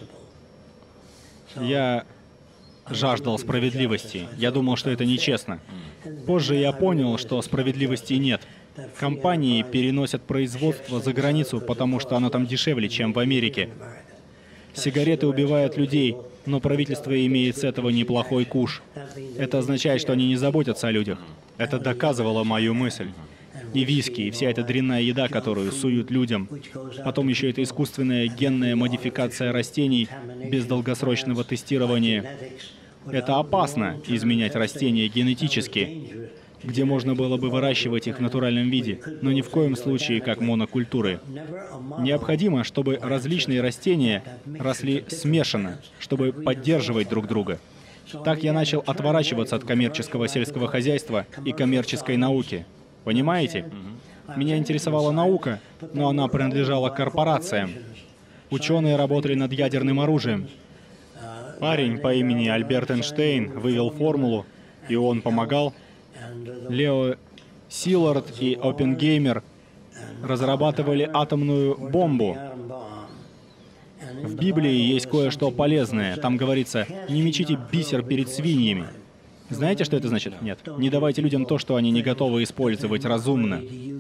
Я жаждал справедливости. Я думал, что это нечестно. Позже я понял, что справедливости нет. Компании переносят производство за границу, потому что оно там дешевле, чем в Америке. Сигареты убивают людей, но правительство имеет с этого неплохой куш. Это означает, что они не заботятся о людях. Это доказывало мою мысль. И виски, и вся эта дрянная еда, которую суют людям. Потом еще эта искусственная генная модификация растений без долгосрочного тестирования. Это опасно — изменять растения генетически, где можно было бы выращивать их в натуральном виде, но ни в коем случае как монокультуры. Необходимо, чтобы различные растения росли смешанно, чтобы поддерживать друг друга. Так я начал отворачиваться от коммерческого сельского хозяйства и коммерческой науки. Понимаете? Меня интересовала наука, но она принадлежала корпорациям. Ученые работали над ядерным оружием. Парень по имени Альберт Эйнштейн вывел формулу, и он помогал. Лео Силард и Оппенгеймер разрабатывали атомную бомбу. В Библии есть кое-что полезное. Там говорится: «Не мечите бисер перед свиньями». Знаете, что это значит? Нет. Не давайте людям то, что они не готовы использовать разумно.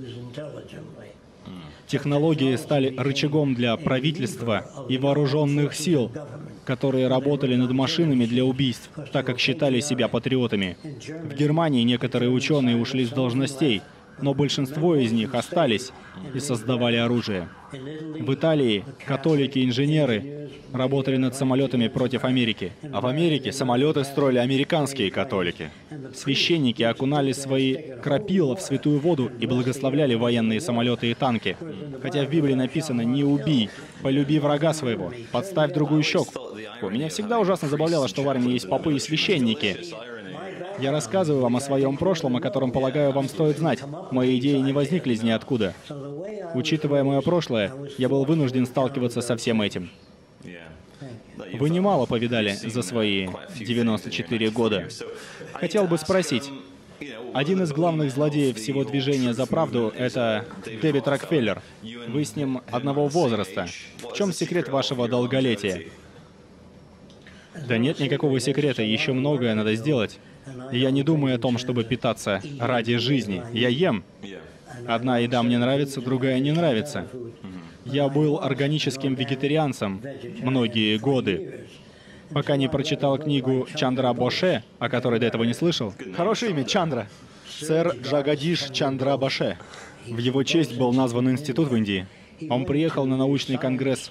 Технологии стали рычагом для правительства и вооруженных сил, которые работали над машинами для убийств, так как считали себя патриотами. В Германии некоторые ученые ушли с должностей, но большинство из них остались и создавали оружие. В Италии католики-инженеры работали над самолетами против Америки, а в Америке самолеты строили американские католики. Священники окунали свои крапила в святую воду и благословляли военные самолеты и танки. Хотя в Библии написано: «Не убий, полюби врага своего, подставь другую щеку». Меня всегда ужасно забавляло, что в армии есть попы и священники. Я рассказываю вам о своем прошлом, о котором, полагаю, вам стоит знать. Мои идеи не возникли из ниоткуда. Учитывая мое прошлое, я был вынужден сталкиваться со всем этим. Вы немало повидали за свои девяносто четыре года. Хотел бы спросить, один из главных злодеев всего движения за правду — это Дэвид Рокфеллер. Вы с ним одного возраста. В чем секрет вашего долголетия? Да нет никакого секрета, еще многое надо сделать. Я не думаю о том, чтобы питаться ради жизни. Я ем. Одна еда мне нравится, другая не нравится. Я был органическим вегетарианцем многие годы, пока не прочитал книгу Чандра Боше, о которой до этого не слышал. Хорошее имя, Чандра. Сэр Джагадиш Чандра Боше. В его честь был назван институт в Индии. Он приехал на научный конгресс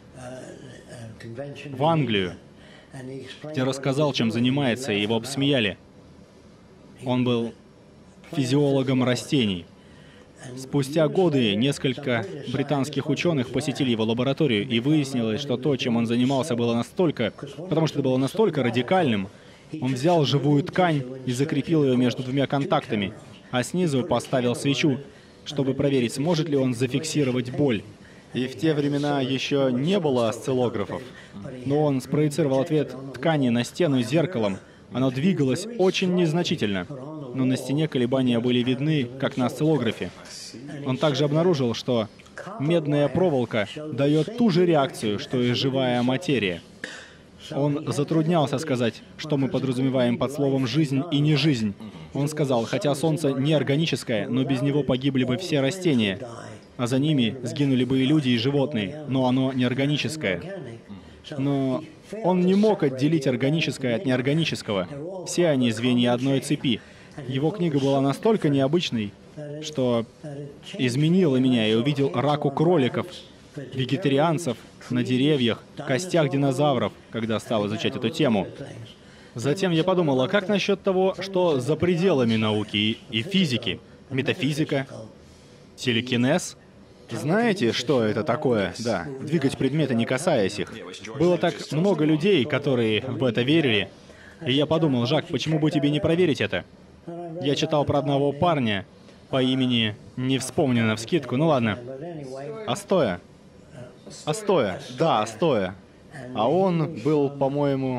в Англию, где рассказал, чем занимается, и его обсмеяли. Он был физиологом растений. Спустя годы несколько британских ученых посетили его лабораторию, и выяснилось, что то, чем он занимался, было настолько... Потому что это было настолько радикальным. Он взял живую ткань и закрепил ее между двумя контактами, а снизу поставил свечу, чтобы проверить, сможет ли он зафиксировать боль. И в те времена еще не было осциллографов. Но он спроецировал ответ ткани на стену зеркалом. Оно двигалось очень незначительно, но на стене колебания были видны, как на осциллографе. Он также обнаружил, что медная проволока дает ту же реакцию, что и живая материя. Он затруднялся сказать, что мы подразумеваем под словом «жизнь» и «не жизнь». Он сказал, хотя Солнце не органическое, но без него погибли бы все растения, а за ними сгинули бы и люди, и животные, но оно неорганическое. Но он не мог отделить органическое от неорганического. Все они звенья одной цепи. Его книга была настолько необычной, что изменила меня. Я увидел раку кроликов, вегетарианцев на деревьях, костях динозавров, когда стал изучать эту тему. Затем я подумал, а как насчет того, что за пределами науки и физики? Метафизика? Телекинез? Знаете, что это такое? Да, двигать предметы, не касаясь их. Было так много людей, которые в это верили. И я подумал, Жак, почему бы тебе не проверить это? Я читал про одного парня по имени... Не вспомню навскидку, ну ладно. Астоя. Астоя, да, Астоя. А он был, по-моему,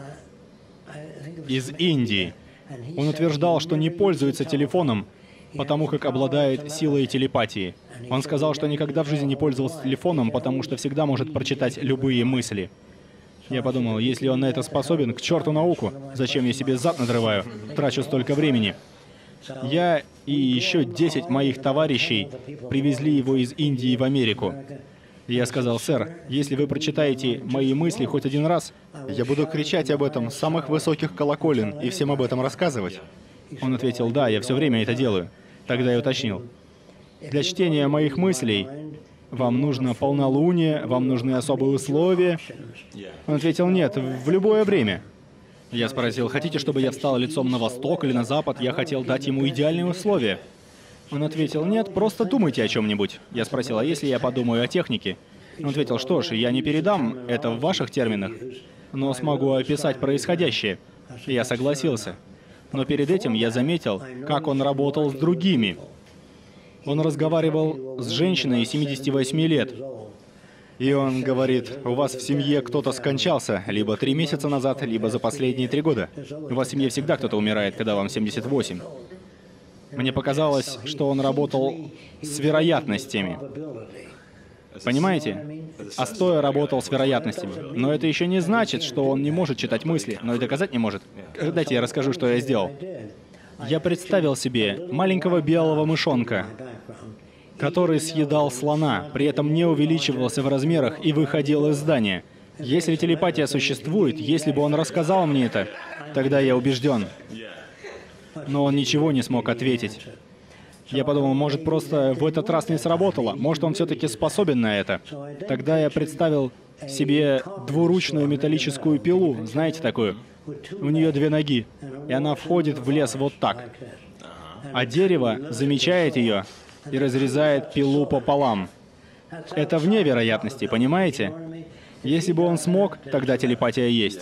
из Индии. Он утверждал, что не пользуется телефоном, потому как обладает силой телепатии. Он сказал, что никогда в жизни не пользовался телефоном, потому что всегда может прочитать любые мысли. Я подумал, если он на это способен, к черту науку. Зачем я себе зад надрываю? Трачу столько времени. Я и еще десять моих товарищей привезли его из Индии в Америку. И я сказал, сэр, если вы прочитаете мои мысли хоть один раз, я буду кричать об этом с самых высоких колоколен и всем об этом рассказывать. Он ответил, да, я все время это делаю. Тогда я уточнил. Для чтения моих мыслей вам нужно полнолуние, вам нужны особые условия. Он ответил, нет, в любое время. Я спросил, хотите, чтобы я встал лицом на восток или на запад? Я хотел дать ему идеальные условия. Он ответил, нет, просто думайте о чем-нибудь. Я спросил, а если я подумаю о технике? Он ответил, что ж, я не передам это в ваших терминах, но смогу описать происходящее. И я согласился. Но перед этим я заметил, как он работал с другими. Он разговаривал с женщиной семидесяти восьми лет. И он говорит, у вас в семье кто-то скончался, либо три месяца назад, либо за последние три года. У вас в семье всегда кто-то умирает, когда вам семьдесят восемь. Мне показалось, что он работал с вероятностями. Понимаете? Астоя работал с вероятностями. Но это еще не значит, что он не может читать мысли, но и доказать не может. Дайте я расскажу, что я сделал. Я представил себе маленького белого мышонка, который съедал слона, при этом не увеличивался в размерах и выходил из здания. Если телепатия существует, если бы он рассказал мне это, тогда я убежден. Но он ничего не смог ответить. Я подумал, может, просто в этот раз не сработало, может, он все-таки способен на это. Тогда я представил себе двуручную металлическую пилу, знаете такую? У нее две ноги, и она входит в лес вот так. А дерево замечает ее и разрезает пилу пополам. Это вне вероятности, понимаете? Если бы он смог, тогда телепатия есть.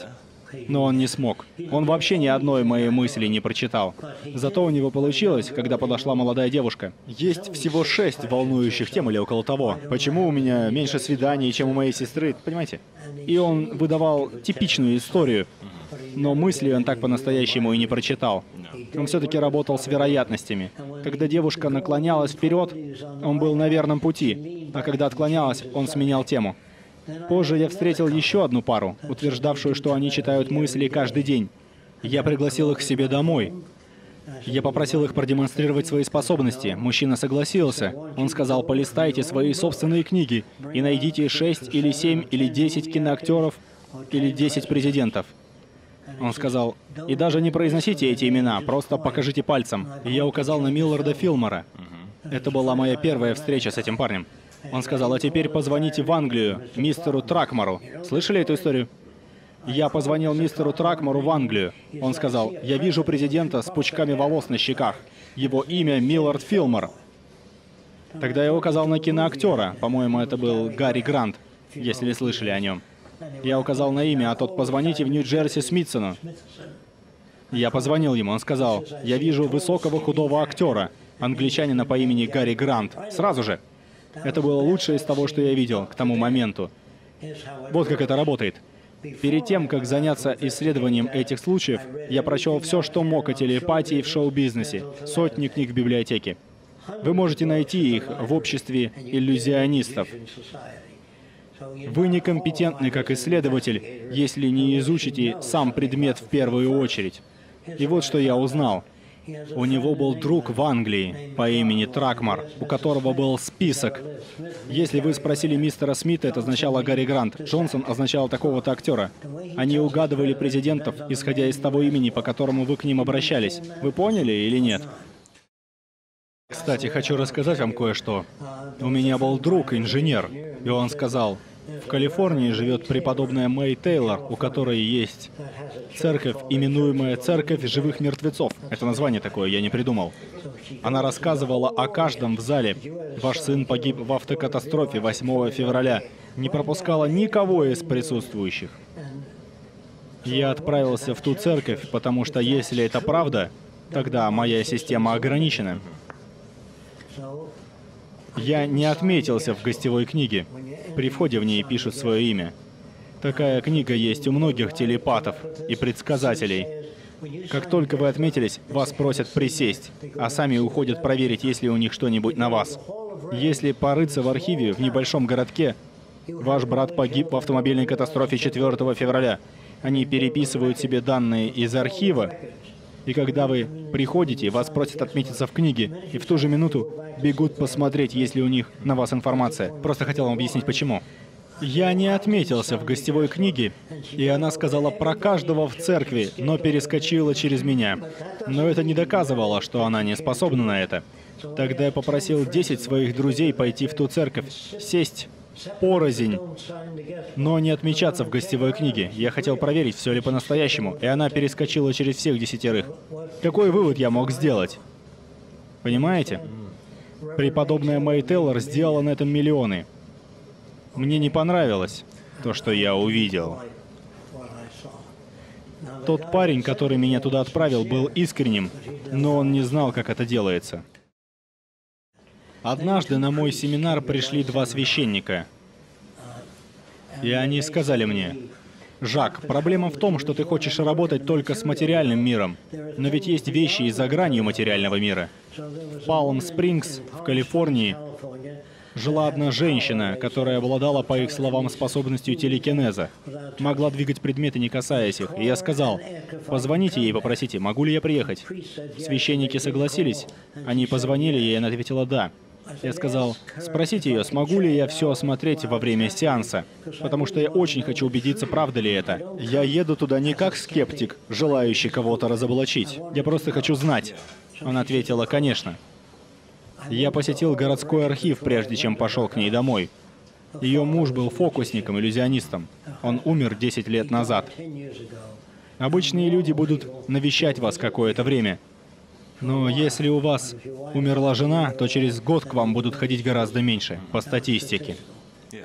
Но он не смог. Он вообще ни одной моей мысли не прочитал. Зато у него получилось, когда подошла молодая девушка. Есть всего шесть волнующих тем или около того. Почему у меня меньше свиданий, чем у моей сестры, понимаете? И он выдавал типичную историю. Но мысли он так по-настоящему и не прочитал. Он все-таки работал с вероятностями. Когда девушка наклонялась вперед, он был на верном пути. А когда отклонялась, он сменял тему. Позже я встретил еще одну пару, утверждавшую, что они читают мысли каждый день. Я пригласил их к себе домой. Я попросил их продемонстрировать свои способности. Мужчина согласился. Он сказал: полистайте свои собственные книги и найдите шесть или семь или десять киноактеров или десять президентов. Он сказал: и даже не произносите эти имена, просто покажите пальцем. И я указал на Милларда Филлмора. Это была моя первая встреча с этим парнем. Он сказал: а теперь позвоните в Англию, мистеру Тракмору. Слышали эту историю? Я позвонил мистеру Тракмору в Англию. Он сказал: я вижу президента с пучками волос на щеках. Его имя Миллард Филлмор. Тогда я указал на киноактера. По-моему, это был Гарри Грант, если вы слышали о нем. Я указал на имя, а тот: позвоните в Нью-Джерси Смитсону. Я позвонил ему, он сказал: я вижу высокого худого актера, англичанина по имени Гарри Грант. Сразу же. Это было лучшее из того, что я видел к тому моменту. Вот как это работает. Перед тем, как заняться исследованием этих случаев, я прочел все, что мог о телепатии в шоу-бизнесе, сотни книг в библиотеке. Вы можете найти их в обществе иллюзионистов. Вы некомпетентны как исследователь, если не изучите сам предмет в первую очередь. И вот что я узнал. У него был друг в Англии по имени Тракмор, у которого был список. Если вы спросили мистера Смита, это означало Гарри Грант. Джонсон означал такого-то актера. Они угадывали президентов, исходя из того имени, по которому вы к ним обращались. Вы поняли или нет? Кстати, хочу рассказать вам кое-что. У меня был друг, инженер, и он сказал: в Калифорнии живет преподобная Мэй Тейлор, у которой есть церковь, именуемая «Церковь живых мертвецов». Это название такое, я не придумал. Она рассказывала о каждом в зале. Ваш сын погиб в автокатастрофе восьмого февраля. Не пропускала никого из присутствующих. Я отправился в ту церковь, потому что если это правда, тогда моя система ограничена. Я не отметился в гостевой книге. При входе в ней пишут свое имя. Такая книга есть у многих телепатов и предсказателей. Как только вы отметились, вас просят присесть, а сами уходят проверить, есть ли у них что-нибудь на вас. Если порыться в архиве в небольшом городке, ваш брат погиб в автомобильной катастрофе четвёртого февраля. Они переписывают себе данные из архива, и когда вы приходите, вас просят отметиться в книге, и в ту же минуту бегут посмотреть, есть ли у них на вас информация. Просто хотел вам объяснить, почему. Я не отметился в гостевой книге, и она сказала про каждого в церкви, но перескочила через меня. Но это не доказывало, что она не способна на это. Тогда я попросил десять своих друзей пойти в ту церковь, сесть порознь, но не отмечаться в гостевой книге. Я хотел проверить, все ли по-настоящему, и она перескочила через всех десятерых. Какой вывод я мог сделать? Понимаете? Преподобная Мэй Тейлор сделала на этом миллионы. Мне не понравилось то, что я увидел. Тот парень, который меня туда отправил, был искренним, но он не знал, как это делается. Однажды на мой семинар пришли два священника, и они сказали мне: «Жак, проблема в том, что ты хочешь работать только с материальным миром, но ведь есть вещи и за гранью материального мира». В Палм-Спрингс, в Калифорнии, жила одна женщина, которая обладала, по их словам, способностью телекинеза. Могла двигать предметы, не касаясь их. И я сказал: позвоните ей и попросите, могу ли я приехать. Священники согласились. Они позвонили ей, и она ответила «да». Я сказал: спросите ее, смогу ли я все осмотреть во время сеанса, потому что я очень хочу убедиться, правда ли это. Я еду туда не как скептик, желающий кого-то разоблачить. Я просто хочу знать. Она ответила: конечно. Я посетил городской архив, прежде чем пошел к ней домой. Ее муж был фокусником, иллюзионистом. Он умер десять лет назад. Обычные люди будут навещать вас какое-то время. Но если у вас умерла жена, то через год к вам будут ходить гораздо меньше, по статистике.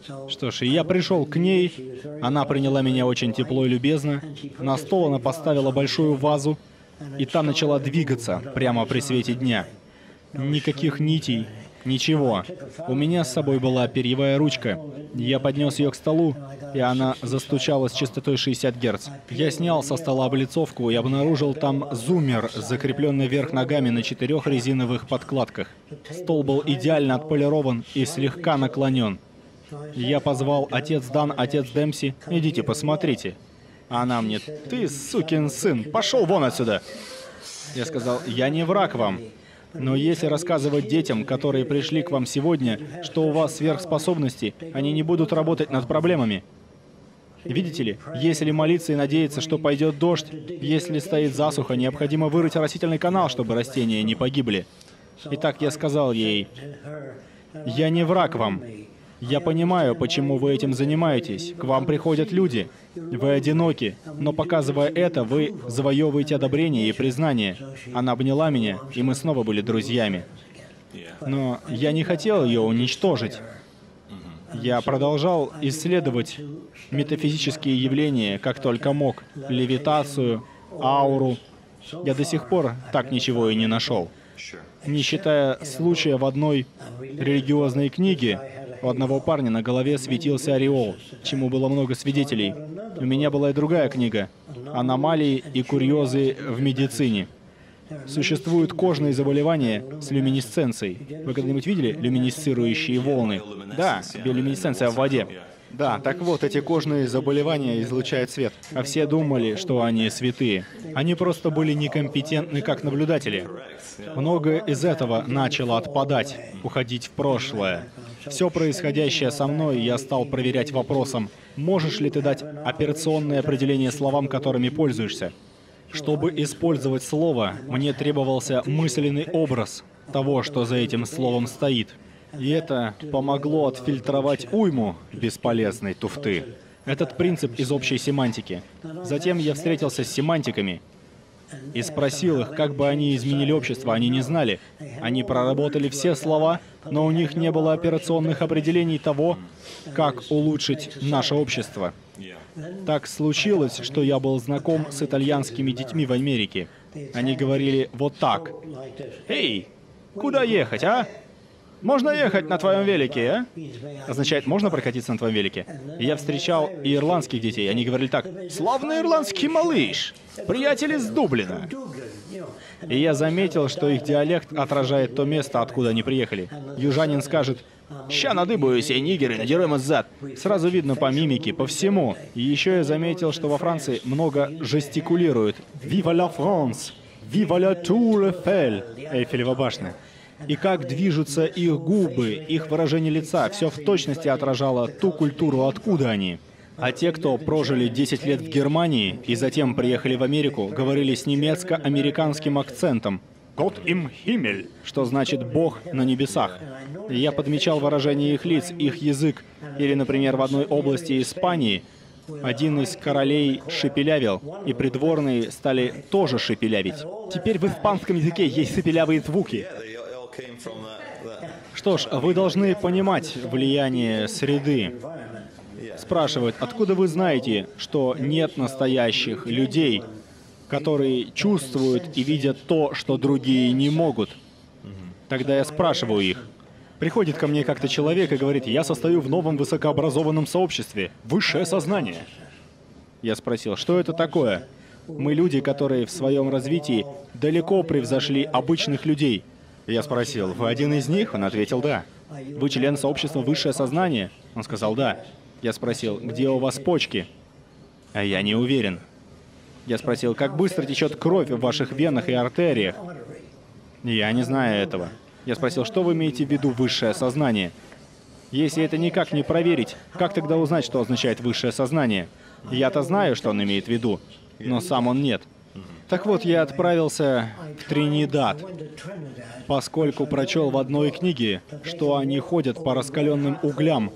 Что ж, и я пришел к ней, она приняла меня очень тепло и любезно. На стол она поставила большую вазу, и та начала двигаться прямо при свете дня. Никаких нитей, ничего. У меня с собой была перьевая ручка. Я поднес ее к столу, и она застучала с частотой шестьдесят герц. Я снял со стола облицовку и обнаружил там зуммер, закрепленный вверх ногами на четырех резиновых подкладках. Стол был идеально отполирован и слегка наклонен. Я позвал отец Дан, отец Демпси. «Идите, посмотрите». А она мне: «Ты, сукин сын, пошел вон отсюда!» Я сказал: «Я не враг вам. Но если рассказывать детям, которые пришли к вам сегодня, что у вас сверхспособности, они не будут работать над проблемами. Видите ли, если молиться и надеяться, что пойдет дождь, если стоит засуха, необходимо вырыть растительный канал, чтобы растения не погибли». Итак, я сказал ей: «Я не враг вам. Я понимаю, почему вы этим занимаетесь. К вам приходят люди. Вы одиноки. Но показывая это, вы завоевываете одобрение и признание». Она обняла меня, и мы снова были друзьями. Но я не хотел ее уничтожить. Я продолжал исследовать метафизические явления, как только мог. Левитацию, ауру. Я до сих пор так ничего и не нашел. Не считая случая в одной религиозной книге, у одного парня на голове светился ореол, чему было много свидетелей. У меня была и другая книга «Аномалии и курьезы в медицине». Существуют кожные заболевания с люминесценцией. Вы когда-нибудь видели люминесцирующие волны? Да, биолюминесценция в воде. Да, так вот, эти кожные заболевания излучают свет. А все думали, что они святые. Они просто были некомпетентны как наблюдатели. Многое из этого начало отпадать, уходить в прошлое. Все происходящее со мной я стал проверять вопросом: можешь ли ты дать операционное определение словам, которыми пользуешься? Чтобы использовать слово, мне требовался мысленный образ того, что за этим словом стоит. И это помогло отфильтровать уйму бесполезной туфты. Этот принцип из общей семантики. Затем я встретился с семантиками и спросил их, как бы они изменили общество. Они не знали. Они проработали все слова, но у них не было операционных определений того, как улучшить наше общество. Так случилось, что я был знаком с итальянскими детьми в Америке. Они говорили вот так: «Эй, куда ехать, а? Можно ехать на твоем велике, а?» Означает, можно прокатиться на твоем велике. И я встречал и ирландских детей. Они говорили так: «Славный ирландский малыш! Приятель из Дублина!» И я заметил, что их диалект отражает то место, откуда они приехали. Южанин скажет: «Ща надыбаюсь, я нигер, и надеру ему зад». Сразу видно по мимике, по всему. И еще я заметил, что во Франции много жестикулируют. «Viva la France! Viva la Tour Eiffel!» Эйфелева башня. И как движутся их губы, их выражение лица, все в точности отражало ту культуру, откуда они. А те, кто прожили десять лет в Германии и затем приехали в Америку, говорили с немецко-американским акцентом. «Gott im Himmel», что значит «Бог на небесах». И я подмечал выражение их лиц, их язык. Или, например, в одной области Испании один из королей шепелявил, и придворные стали тоже шепелявить. Теперь в испанском языке есть шепелявые звуки. Что ж, вы должны понимать влияние среды. Спрашивают, откуда вы знаете, что нет настоящих людей, которые чувствуют и видят то, что другие не могут? Тогда я спрашиваю их. Приходит ко мне как-то человек и говорит: «Я состою в новом высокообразованном сообществе. Высшее сознание». Я спросил, что это такое? Мы люди, которые в своем развитии далеко превзошли обычных людей. Я спросил: «Вы один из них?» Он ответил: «Да». «Вы член сообщества «Высшее сознание»?» Он сказал: «Да». Я спросил: «Где у вас почки?» А я не уверен. Я спросил: «Как быстро течет кровь в ваших венах и артериях?» Я не знаю этого. Я спросил: «Что вы имеете в виду «высшее сознание»?» Если это никак не проверить, как тогда узнать, что означает «высшее сознание»? Я-то знаю, что он имеет в виду, но сам он нет. Так вот, я отправился в Тринидад, поскольку прочел в одной книге, что они ходят по раскаленным углям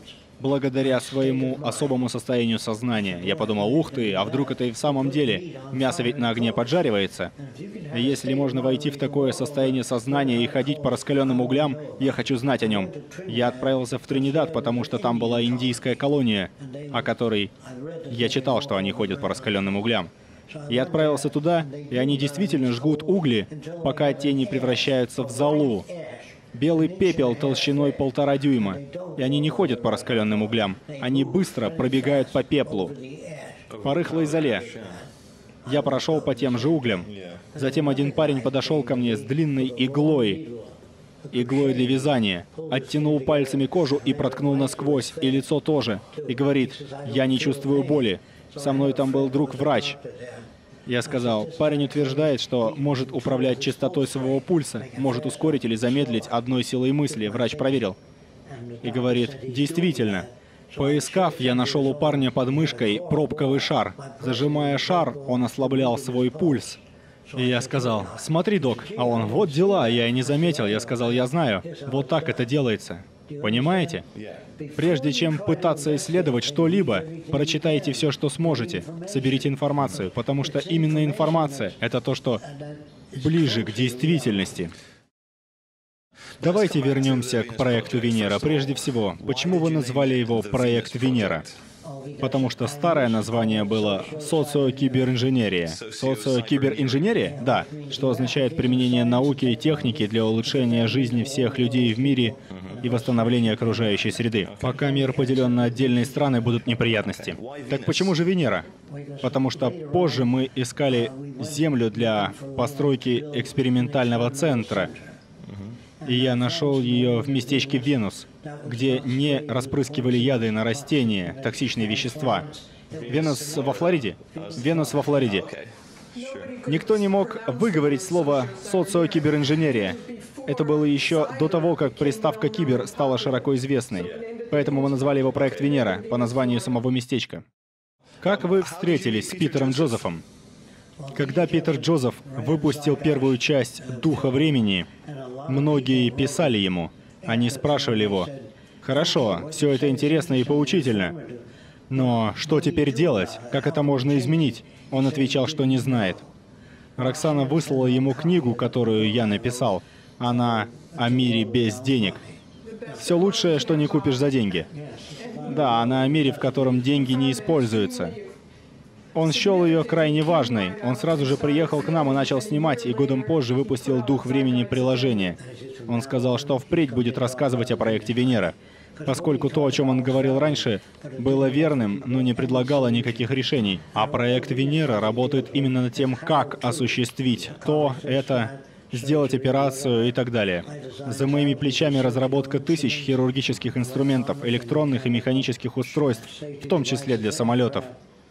благодаря своему особому состоянию сознания. Я подумал, ух ты, а вдруг это и в самом деле? Мясо ведь на огне поджаривается. И если можно войти в такое состояние сознания и ходить по раскаленным углям, я хочу знать о нем. Я отправился в Тринидад, потому что там была индийская колония, о которой я читал, что они ходят по раскаленным углям. Я отправился туда, и они действительно жгут угли, пока те не превращаются в золу. Белый пепел толщиной полтора дюйма. И они не ходят по раскаленным углям. Они быстро пробегают по пеплу. По рыхлой золе. Я прошел по тем же углям. Затем один парень подошел ко мне с длинной иглой. Иглой для вязания. Оттянул пальцами кожу и проткнул насквозь, и лицо тоже. И говорит, я не чувствую боли. Со мной там был друг-врач. Я сказал, парень утверждает, что может управлять частотой своего пульса, может ускорить или замедлить одной силой мысли. Врач проверил. И говорит, действительно. Поискав, я нашел у парня под мышкой пробковый шар. Зажимая шар, он ослаблял свой пульс. И я сказал, смотри, док, а он, вот дела, я и не заметил. Я сказал, я знаю, вот так это делается. Понимаете? Прежде чем пытаться исследовать что-либо, прочитайте все, что сможете, соберите информацию, потому что именно информация — это то, что ближе к действительности. Давайте вернемся к проекту Венера. Прежде всего, почему вы назвали его «Проект Венера»? Потому что старое название было «Социокиберинженерия». Социокиберинженерия? Да, что означает применение науки и техники для улучшения жизни всех людей в мире и восстановления окружающей среды. Пока мир поделен на отдельные страны, будут неприятности. Так почему же Венера? Потому что позже мы искали Землю для постройки экспериментального центра. И я нашел ее в местечке Венус, где не распрыскивали яды на растения, токсичные вещества. Венус во Флориде. Венус во Флориде. Никто не мог выговорить слово «социокиберинженерия». Это было еще до того, как приставка «кибер» стала широко известной. Поэтому мы назвали его «Проект Венера» по названию самого местечка. Как вы встретились с Питером Джозефом? Когда Питер Джозеф выпустил первую часть «Духа времени», многие писали ему. Они спрашивали его, «Хорошо, все это интересно и поучительно, но что теперь делать? Как это можно изменить?» Он отвечал, что не знает. Роксана выслала ему книгу, которую я написал. Она о мире без денег. Все лучшее, что не купишь за деньги. Да, она о мире, в котором деньги не используются. Он счел ее крайне важной. Он сразу же приехал к нам и начал снимать, и годом позже выпустил «Дух времени» приложение. Он сказал, что впредь будет рассказывать о проекте Венера, поскольку то, о чем он говорил раньше, было верным, но не предлагало никаких решений. А проект Венера работает именно над тем, как осуществить то, это, сделать операцию и так далее. За моими плечами разработка тысяч хирургических инструментов, электронных и механических устройств, в том числе для самолетов.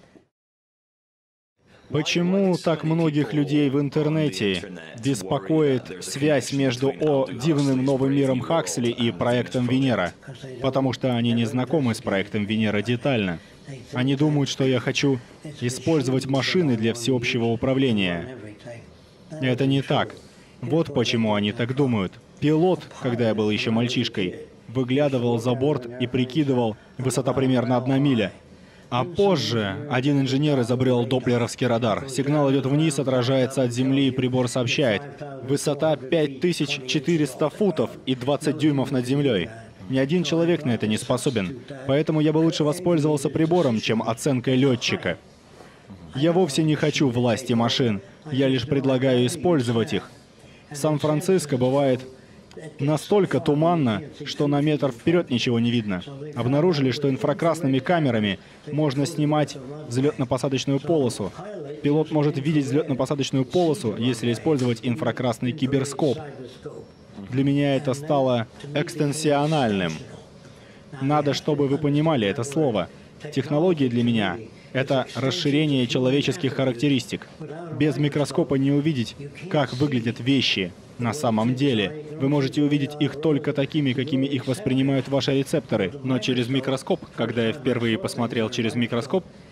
Почему так многих людей в интернете беспокоит связь между «О дивным новым миром Хаксли» и проектом Венера? Потому что они не знакомы с проектом Венера детально. Они думают, что я хочу использовать машины для всеобщего управления. Это не так. Вот почему они так думают. Пилот, когда я был еще мальчишкой, выглядывал за борт и прикидывал, высота примерно одна миля. А позже один инженер изобрел доплеровский радар. Сигнал идет вниз, отражается от земли, и прибор сообщает. Высота пять тысяч четыреста футов и двадцать дюймов над землей. Ни один человек на это не способен. Поэтому я бы лучше воспользовался прибором, чем оценкой летчика. Я вовсе не хочу власти машин. Я лишь предлагаю использовать их. В Сан-Франциско бывает настолько туманно, что на метр вперед ничего не видно. Обнаружили, что инфракрасными камерами можно снимать взлетно-посадочную полосу. Пилот может видеть взлетно-посадочную полосу, если использовать инфракрасный киберскоп. Для меня это стало экстенсиональным. Надо, чтобы вы понимали это слово. Технологии для меня — это расширение человеческих характеристик. Без микроскопа не увидеть, как выглядят вещи на самом деле. Вы можете увидеть их только такими, какими их воспринимают ваши рецепторы. Но через микроскоп, когда я впервые посмотрел через микроскоп,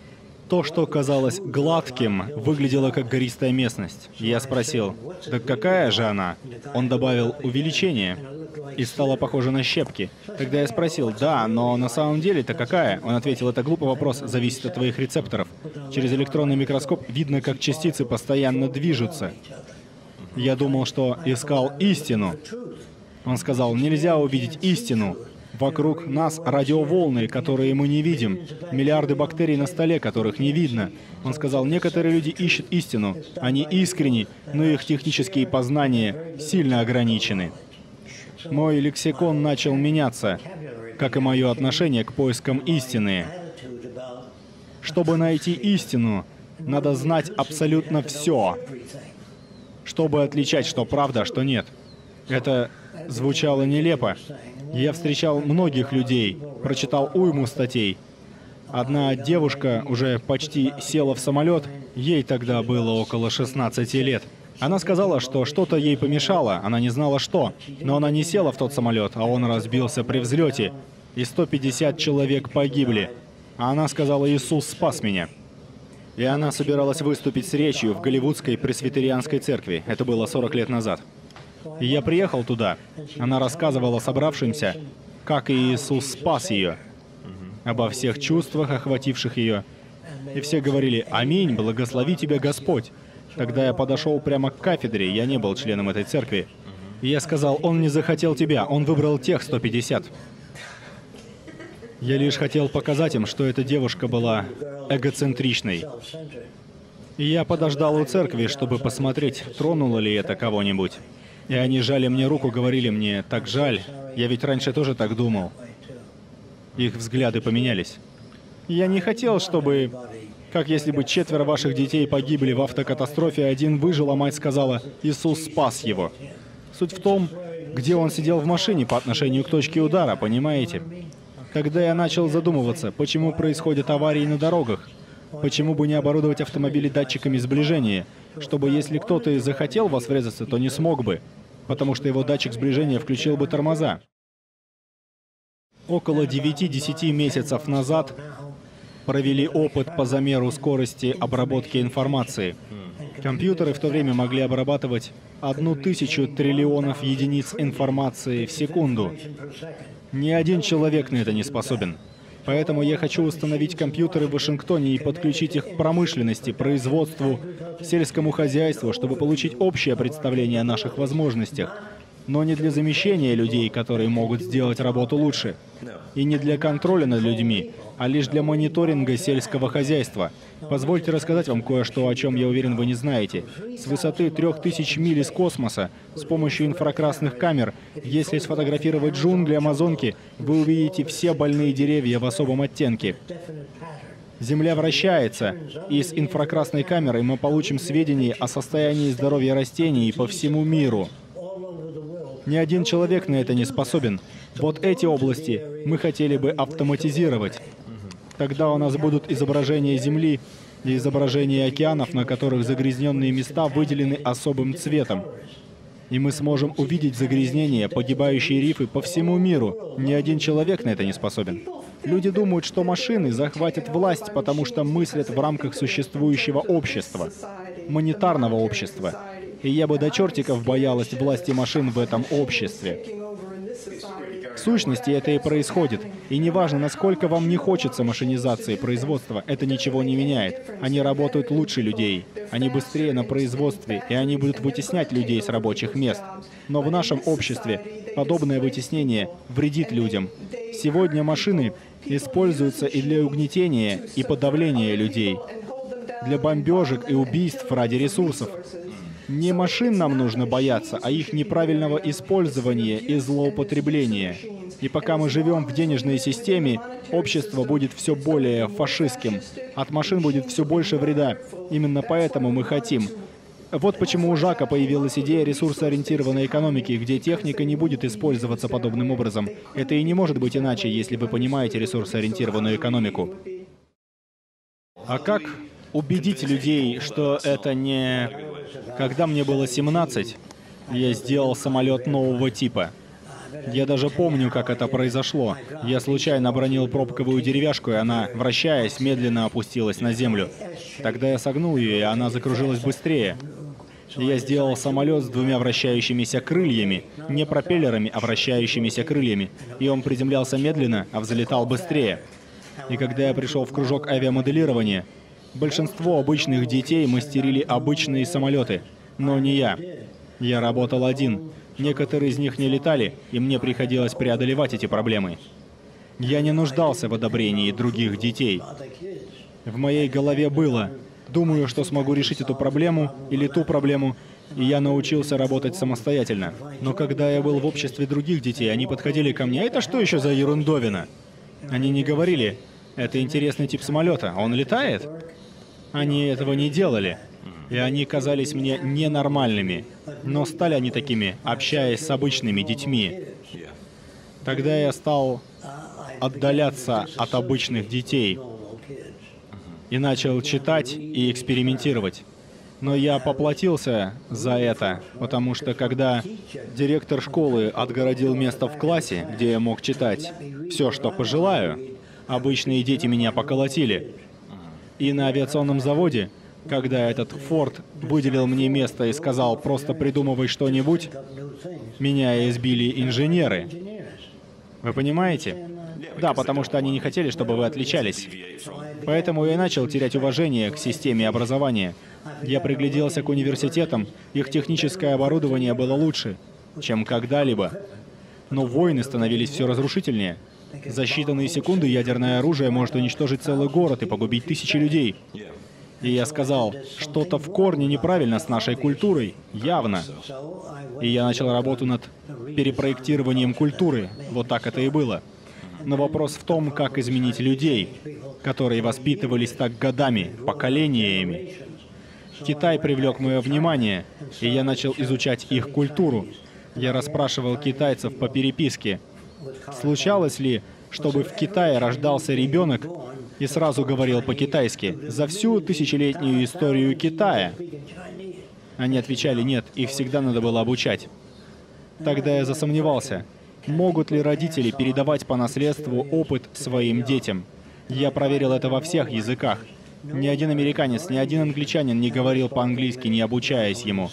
То, что казалось гладким, выглядело как гористая местность. Я спросил, «Так какая же она?» Он добавил «увеличение» и стало похоже на щепки. Тогда я спросил, «Да, но на самом деле-то какая?» Он ответил, «Это глупый вопрос, зависит от твоих рецепторов. Через электронный микроскоп видно, как частицы постоянно движутся». Я думал, что искал истину. Он сказал, «Нельзя увидеть истину. Вокруг нас радиоволны, которые мы не видим, миллиарды бактерий на столе, которых не видно». Он сказал, некоторые люди ищут истину, они искренни, но их технические познания сильно ограничены. Мой лексикон начал меняться, как и мое отношение к поискам истины. Чтобы найти истину, надо знать абсолютно все, чтобы отличать, что правда, а что нет. Это звучало нелепо. Я встречал многих людей, прочитал уйму статей. Одна девушка уже почти села в самолет, ей тогда было около шестнадцати лет. Она сказала, что что-то ей помешало, она не знала что, но она не села в тот самолет, а он разбился при взлете, и сто пятьдесят человек погибли. А она сказала, «Иисус спас меня». И она собиралась выступить с речью в Голливудской пресвитерианской церкви. Это было сорок лет назад. И я приехал туда. Она рассказывала собравшимся, как Иисус спас ее, обо всех чувствах, охвативших ее. И все говорили, «Аминь, благослови тебя Господь». Тогда я подошел прямо к кафедре, я не был членом этой церкви. И я сказал, «Он не захотел тебя, он выбрал тех сто пятьдесят». Я лишь хотел показать им, что эта девушка была эгоцентричной. И я подождал у церкви, чтобы посмотреть, тронуло ли это кого-нибудь. И они жали мне руку, говорили мне, «Так жаль, я ведь раньше тоже так думал». Их взгляды поменялись. Я не хотел, чтобы, как если бы четверо ваших детей погибли в автокатастрофе, один выжил, а мать сказала, «Иисус спас его». Суть в том, где он сидел в машине по отношению к точке удара, понимаете? Тогда я начал задумываться, почему происходят аварии на дорогах, почему бы не оборудовать автомобили датчиками сближения, чтобы если кто-то и захотел вас врезаться, то не смог бы, потому что его датчик сближения включил бы тормоза. Около девяти-десяти месяцев назад провели опыт по замеру скорости обработки информации. Компьютеры в то время могли обрабатывать одну тысячу триллионов единиц информации в секунду. Ни один человек на это не способен. Поэтому я хочу установить компьютеры в Вашингтоне и подключить их к промышленности, производству, сельскому хозяйству, чтобы получить общее представление о наших возможностях. Но не для замещения людей, которые могут сделать работу лучше. И не для контроля над людьми, а лишь для мониторинга сельского хозяйства. Позвольте рассказать вам кое-что, о чем, я уверен, вы не знаете. С высоты трех тысяч миль из космоса, с помощью инфракрасных камер, если сфотографировать джунгли Амазонки, вы увидите все больные деревья в особом оттенке. Земля вращается, и с инфракрасной камерой мы получим сведения о состоянии здоровья растений по всему миру. Ни один человек на это не способен. Вот эти области мы хотели бы автоматизировать. Тогда у нас будут изображения Земли и изображения океанов, на которых загрязненные места выделены особым цветом. И мы сможем увидеть загрязнения, погибающие рифы по всему миру. Ни один человек на это не способен. Люди думают, что машины захватят власть, потому что мыслят в рамках существующего общества, монетарного общества. И я бы до чертиков боялась власти машин в этом обществе. В сущности, это и происходит. И неважно, насколько вам не хочется машинизации производства, это ничего не меняет. Они работают лучше людей. Они быстрее на производстве, и они будут вытеснять людей с рабочих мест. Но в нашем обществе подобное вытеснение вредит людям. Сегодня машины используются и для угнетения, и подавления людей, для бомбежек и убийств ради ресурсов. Не машин нам нужно бояться, а их неправильного использования и злоупотребления. И пока мы живем в денежной системе, общество будет все более фашистским. От машин будет все больше вреда. Именно поэтому мы хотим. Вот почему у Жака появилась идея ресурсоориентированной экономики, где техника не будет использоваться подобным образом. Это и не может быть иначе, если вы понимаете ресурсоориентированную экономику. А как убедить людей, что это не... Когда мне было семнадцать, я сделал самолет нового типа. Я даже помню, как это произошло. Я случайно обронил пробковую деревяшку, и она, вращаясь, медленно опустилась на землю. Тогда я согнул ее, и она закружилась быстрее. Я сделал самолет с двумя вращающимися крыльями. Не пропеллерами, а вращающимися крыльями. И он приземлялся медленно, а взлетал быстрее. И когда я пришел в кружок авиамоделирования, большинство обычных детей мастерили обычные самолеты. Но не я. Я работал один. Некоторые из них не летали, и мне приходилось преодолевать эти проблемы. Я не нуждался в одобрении других детей. В моей голове было: думаю, что смогу решить эту проблему или ту проблему, и я научился работать самостоятельно. Но когда я был в обществе других детей, они подходили ко мне: «Это что еще за ерундовина?» Они не говорили: «Это интересный тип самолета, он летает?» Они этого не делали. И они казались мне ненормальными. Но стали они такими, общаясь с обычными детьми. Тогда я стал отдаляться от обычных детей и начал читать и экспериментировать. Но я поплатился за это, потому что когда директор школы отгородил место в классе, где я мог читать все, что пожелаю, обычные дети меня поколотили. И на авиационном заводе, когда этот Форд выделил мне место и сказал: «Просто придумывай что-нибудь», меня избили инженеры. Вы понимаете? Да, потому что они не хотели, чтобы вы отличались. Поэтому я начал терять уважение к системе образования. Я пригляделся к университетам, их техническое оборудование было лучше, чем когда-либо. Но войны становились все разрушительнее. За считанные секунды ядерное оружие может уничтожить целый город и погубить тысячи людей. И я сказал: что-то в корне неправильно с нашей культурой, явно. И я начал работу над перепроектированием культуры. Вот так это и было. Но вопрос в том, как изменить людей, которые воспитывались так годами, поколениями. Китай привлек мое внимание, и я начал изучать их культуру. Я расспрашивал китайцев по переписке: случалось ли, чтобы в Китае рождался ребенок и сразу говорил по-китайски за всю тысячелетнюю историю Китая? Они отвечали: нет, их всегда надо было обучать. Тогда я засомневался, могут ли родители передавать по наследству опыт своим детям. Я проверил это во всех языках. Ни один американец, ни один англичанин не говорил по-английски, не обучаясь ему.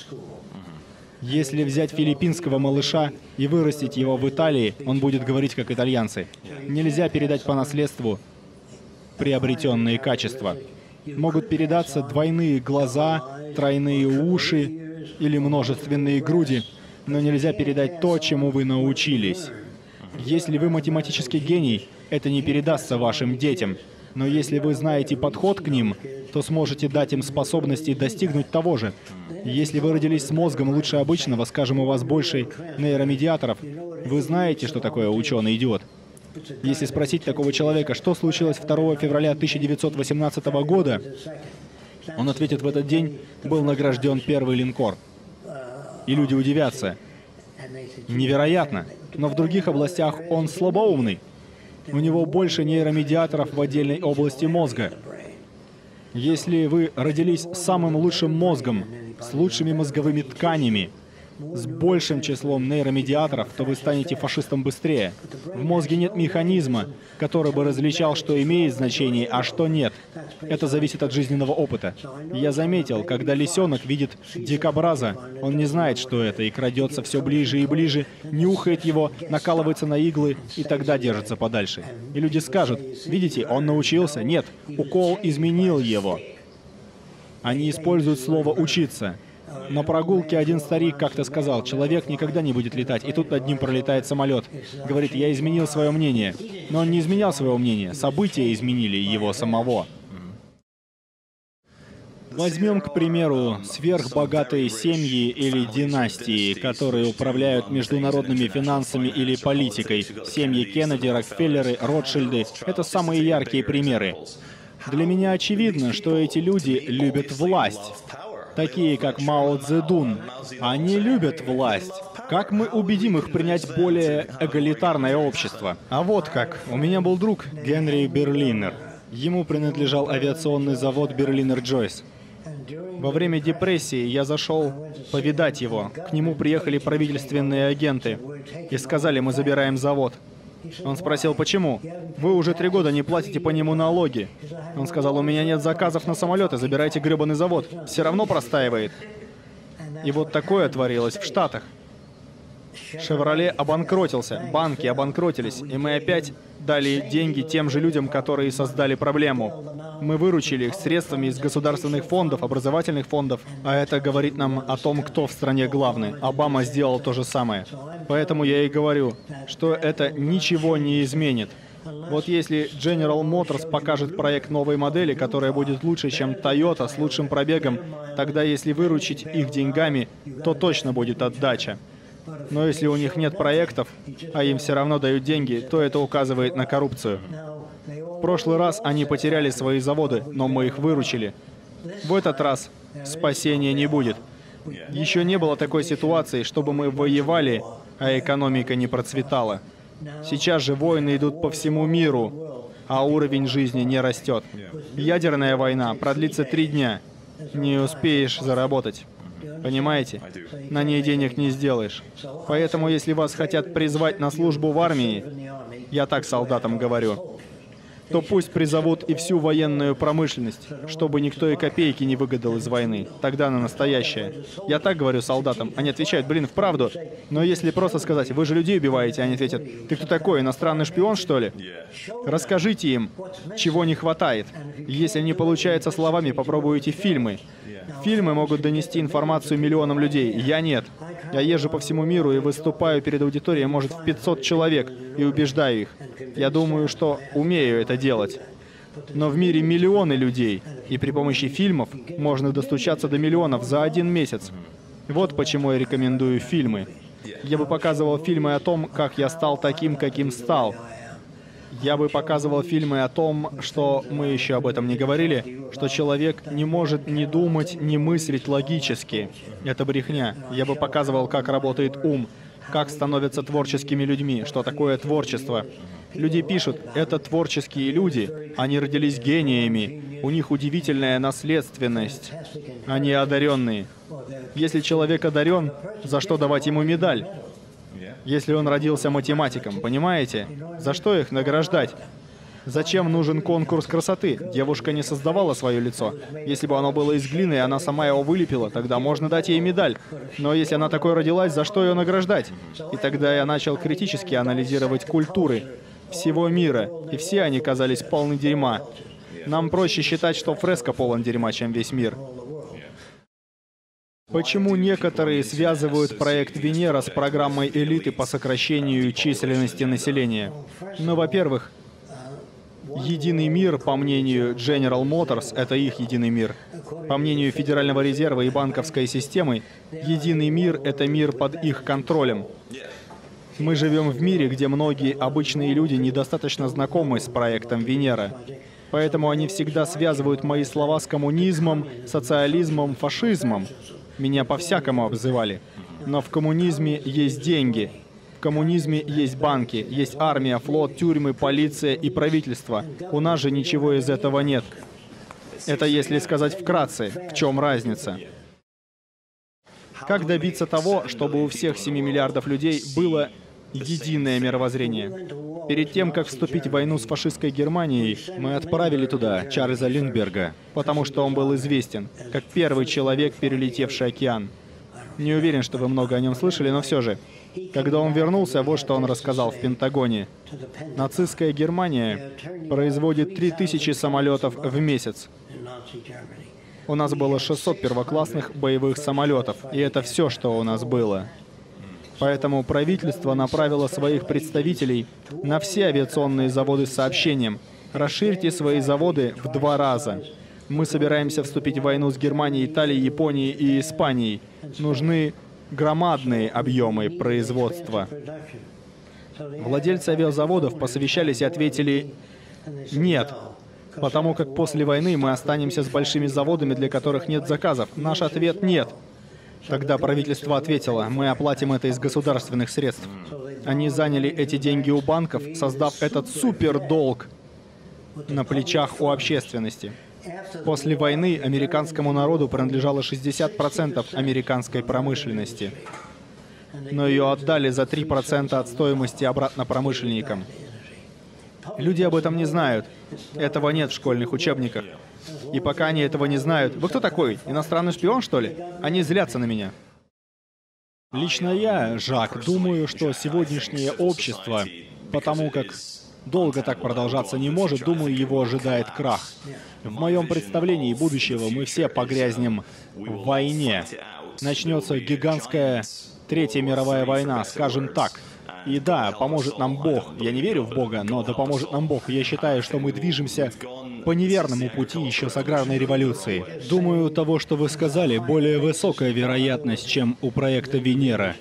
Если взять филиппинского малыша и вырастить его в Италии, он будет говорить как итальянцы. Нельзя передать по наследству приобретенные качества. Могут передаться двойные глаза, тройные уши или множественные груди, но нельзя передать то, чему вы научились. Если вы математический гений, это не передастся вашим детям. Но если вы знаете подход к ним, то сможете дать им способности достигнуть того же. Если вы родились с мозгом лучше обычного, скажем, у вас больше нейромедиаторов, вы знаете, что такое ученый-идиот. Если спросить такого человека, что случилось второго февраля тысяча девятьсот восемнадцатого года, он ответит: в этот день был награжден первый линкор. И люди удивятся. Невероятно. Но в других областях он слабоумный. У него больше нейромедиаторов в отдельной области мозга. Если вы родились с самым лучшим мозгом, с лучшими мозговыми тканями, с большим числом нейромедиаторов, то вы станете фашистом быстрее. В мозге нет механизма, который бы различал, что имеет значение, а что нет. Это зависит от жизненного опыта. Я заметил, когда лисенок видит дикобраза, он не знает, что это, и крадется все ближе и ближе, нюхает его, накалывается на иглы и тогда держится подальше. И люди скажут: видите, он научился. Нет, укол изменил его. Они используют слово «учиться». На прогулке один старик как-то сказал: человек никогда не будет летать, и тут над ним пролетает самолет. Говорит: я изменил свое мнение. Но он не изменял своего мнения, события изменили его самого. Возьмем, к примеру, сверхбогатые семьи или династии, которые управляют международными финансами или политикой. Семьи Кеннеди, Рокфеллеры, Ротшильды — это самые яркие примеры. Для меня очевидно, что эти люди любят власть. Такие, как Мао Цзэдун. Они любят власть. Как мы убедим их принять более эгалитарное общество? А вот как. У меня был друг Генри Берлинер. Ему принадлежал авиационный завод Берлинер Джойс. Во время депрессии я зашел повидать его. К нему приехали правительственные агенты и сказали: мы забираем завод. Он спросил: почему? Вы уже три года не платите по нему налоги. Он сказал: у меня нет заказов на самолеты, забирайте гребаный завод. Все равно простаивает. И вот такое творилось в Штатах. «Шевроле» обанкротился, банки обанкротились, и мы опять дали деньги тем же людям, которые создали проблему. Мы выручили их средствами из государственных фондов, образовательных фондов, а это говорит нам о том, кто в стране главный. Обама сделал то же самое. Поэтому я и говорю, что это ничего не изменит. Вот если General Motors покажет проект новой модели, которая будет лучше, чем Toyota, с лучшим пробегом, тогда если выручить их деньгами, то точно будет отдача. Но если у них нет проектов, а им все равно дают деньги, то это указывает на коррупцию. В прошлый раз они потеряли свои заводы, но мы их выручили. В этот раз спасения не будет. Еще не было такой ситуации, чтобы мы воевали, а экономика не процветала. Сейчас же войны идут по всему миру, а уровень жизни не растет. Ядерная война продлится три дня. Не успеешь заработать. Понимаете? На ней денег не сделаешь. Поэтому, если вас хотят призвать на службу в армии, я так солдатам говорю, то пусть призовут и всю военную промышленность, чтобы никто и копейки не выгадал из войны. Тогда на настоящее. Я так говорю солдатам. Они отвечают: блин, вправду. Но если просто сказать: вы же людей убиваете, они ответят: ты кто такой, иностранный шпион, что ли? Расскажите им, чего не хватает. Если не получается словами, попробуйте фильмы. Фильмы могут донести информацию миллионам людей. Я нет. Я езжу по всему миру и выступаю перед аудиторией, может, в пятьсот человек, и убеждаю их. Я думаю, что умею это делать. Но в мире миллионы людей, и при помощи фильмов можно достучаться до миллионов за один месяц. Вот почему я рекомендую фильмы. Я бы показывал фильмы о том, как я стал таким, каким стал. Я бы показывал фильмы о том, что мы еще об этом не говорили, что человек не может ни думать, ни мыслить логически. Это брехня. Я бы показывал, как работает ум, как становятся творческими людьми, что такое творчество. Люди пишут: это творческие люди, они родились гениями, у них удивительная наследственность, они одаренные. Если человек одарен, за что давать ему медаль? Если он родился математиком, понимаете? За что их награждать? Зачем нужен конкурс красоты? Девушка не создавала свое лицо. Если бы оно было из глины, и она сама его вылепила, тогда можно дать ей медаль. Но если она такой родилась, за что ее награждать? И тогда я начал критически анализировать культуры всего мира, и все они казались полны дерьма. Нам проще считать, что фреско полон дерьма, чем весь мир. Почему некоторые связывают проект Венера с программой элиты по сокращению численности населения? Ну, во-первых, единый мир, по мнению General Motors, это их единый мир. По мнению Федерального резерва и банковской системы, единый мир — это мир под их контролем. Мы живем в мире, где многие обычные люди недостаточно знакомы с проектом Венера. Поэтому они всегда связывают мои слова с коммунизмом, социализмом, фашизмом. Меня по-всякому обзывали. Но в коммунизме есть деньги. В коммунизме есть банки, есть армия, флот, тюрьмы, полиция и правительство. У нас же ничего из этого нет. Это если сказать вкратце, в чем разница. Как добиться того, чтобы у всех семи миллиардов людей было единое мировоззрение? Перед тем, как вступить в войну с фашистской Германией, мы отправили туда Чарльза Линдберга, потому что он был известен, как первый человек, перелетевший океан. Не уверен, что вы много о нем слышали, но все же. Когда он вернулся, вот что он рассказал в Пентагоне. Нацистская Германия производит три тысячи самолетов в месяц. У нас было шестьсот первоклассных боевых самолетов, и это все, что у нас было. Поэтому правительство направило своих представителей на все авиационные заводы с сообщением: расширьте свои заводы в два раза. Мы собираемся вступить в войну с Германией, Италией, Японией и Испанией. Нужны громадные объемы производства. Владельцы авиазаводов посовещались и ответили: нет, потому как после войны мы останемся с большими заводами, для которых нет заказов. Наш ответ — нет. Тогда правительство ответило: мы оплатим это из государственных средств. Они заняли эти деньги у банков, создав этот супердолг на плечах у общественности. После войны американскому народу принадлежало шестьдесят процентов американской промышленности. Но ее отдали за три процента от стоимости обратно промышленникам. Люди об этом не знают. Этого нет в школьных учебниках. И пока они этого не знают... Вы кто такой? Иностранный шпион, что ли? Они злятся на меня. Лично я, Жак, думаю, что сегодняшнее общество, потому как долго так продолжаться не может, думаю, его ожидает крах. В моем представлении будущего мы все погрязнем в войне. Начнется гигантская Третья мировая война, скажем так. И да, поможет нам Бог. Я не верю в Бога, но да поможет нам Бог. Я считаю, что мы движемся по неверному пути еще с аграрной революцией. Думаю, у того, что вы сказали, более высокая вероятность, чем у проекта Венера.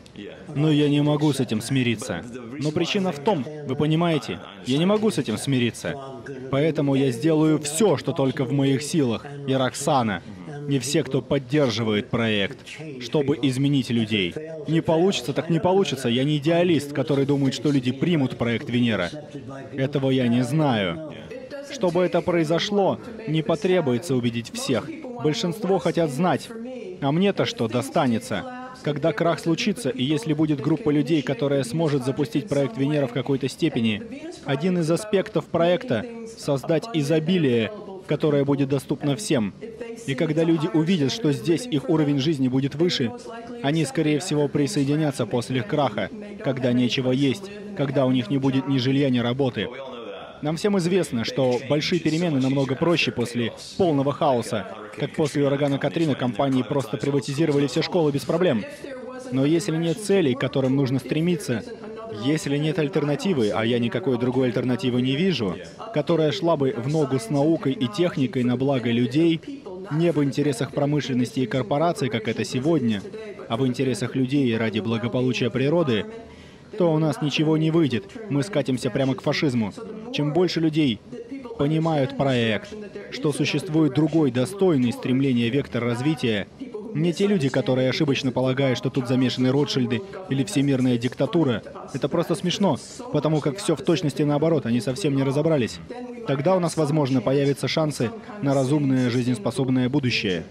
Но я не могу с этим смириться. Но причина в том, вы понимаете, я не могу с этим смириться. Поэтому я сделаю все, что только в моих силах. И Роксана, не все, кто поддерживает проект, чтобы изменить людей. Не получится, так не получится. Я не идеалист, который думает, что люди примут проект Венера. Этого я не знаю. Чтобы это произошло, не потребуется убедить всех. Большинство хотят знать. А мне-то что достанется? Когда крах случится, и если будет группа людей, которая сможет запустить проект Венера в какой-то степени, один из аспектов проекта — создать изобилие, которое будет доступно всем. И когда люди увидят, что здесь их уровень жизни будет выше, они, скорее всего, присоединятся после краха, когда нечего есть, когда у них не будет ни жилья, ни работы. Нам всем известно, что большие перемены намного проще после полного хаоса, как после урагана Катрина компании просто приватизировали все школы без проблем. Но если нет целей, к которым нужно стремиться, если нет альтернативы, а я никакой другой альтернативы не вижу, которая шла бы в ногу с наукой и техникой на благо людей, не в интересах промышленности и корпораций, как это сегодня, а в интересах людей и ради благополучия природы, то у нас ничего не выйдет. Мы скатимся прямо к фашизму. Чем больше людей понимают проект, что существует другой достойный стремления вектор развития, не те люди, которые ошибочно полагают, что тут замешаны Ротшильды или всемирная диктатура. Это просто смешно, потому как все в точности наоборот, они совсем не разобрались. Тогда у нас, возможно, появятся шансы на разумное, жизнеспособное будущее.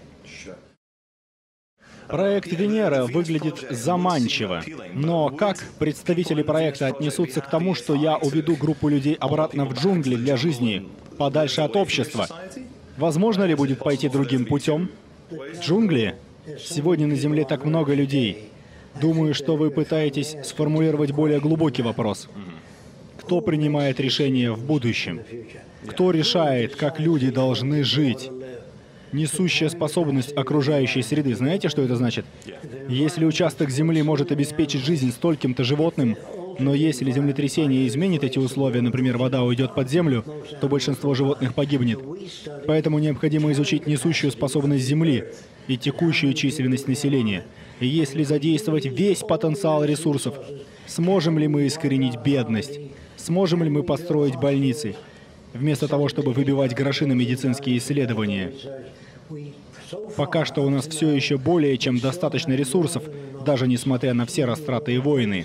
Проект Венера выглядит заманчиво, но как представители проекта отнесутся к тому, что я уведу группу людей обратно в джунгли для жизни, подальше от общества? Возможно ли будет пойти другим путем? Джунгли? Сегодня на Земле так много людей. Думаю, что вы пытаетесь сформулировать более глубокий вопрос. Кто принимает решения в будущем? Кто решает, как люди должны жить? Несущая способность окружающей среды. Знаете, что это значит? Если участок Земли может обеспечить жизнь стольким-то животным, но если землетрясение изменит эти условия, например, вода уйдет под землю, то большинство животных погибнет. Поэтому необходимо изучить несущую способность Земли и текущую численность населения. И если задействовать весь потенциал ресурсов, сможем ли мы искоренить бедность? Сможем ли мы построить больницы, вместо того, чтобы выбивать гроши на медицинские исследования? Пока что у нас все еще более чем достаточно ресурсов, даже несмотря на все растраты и войны.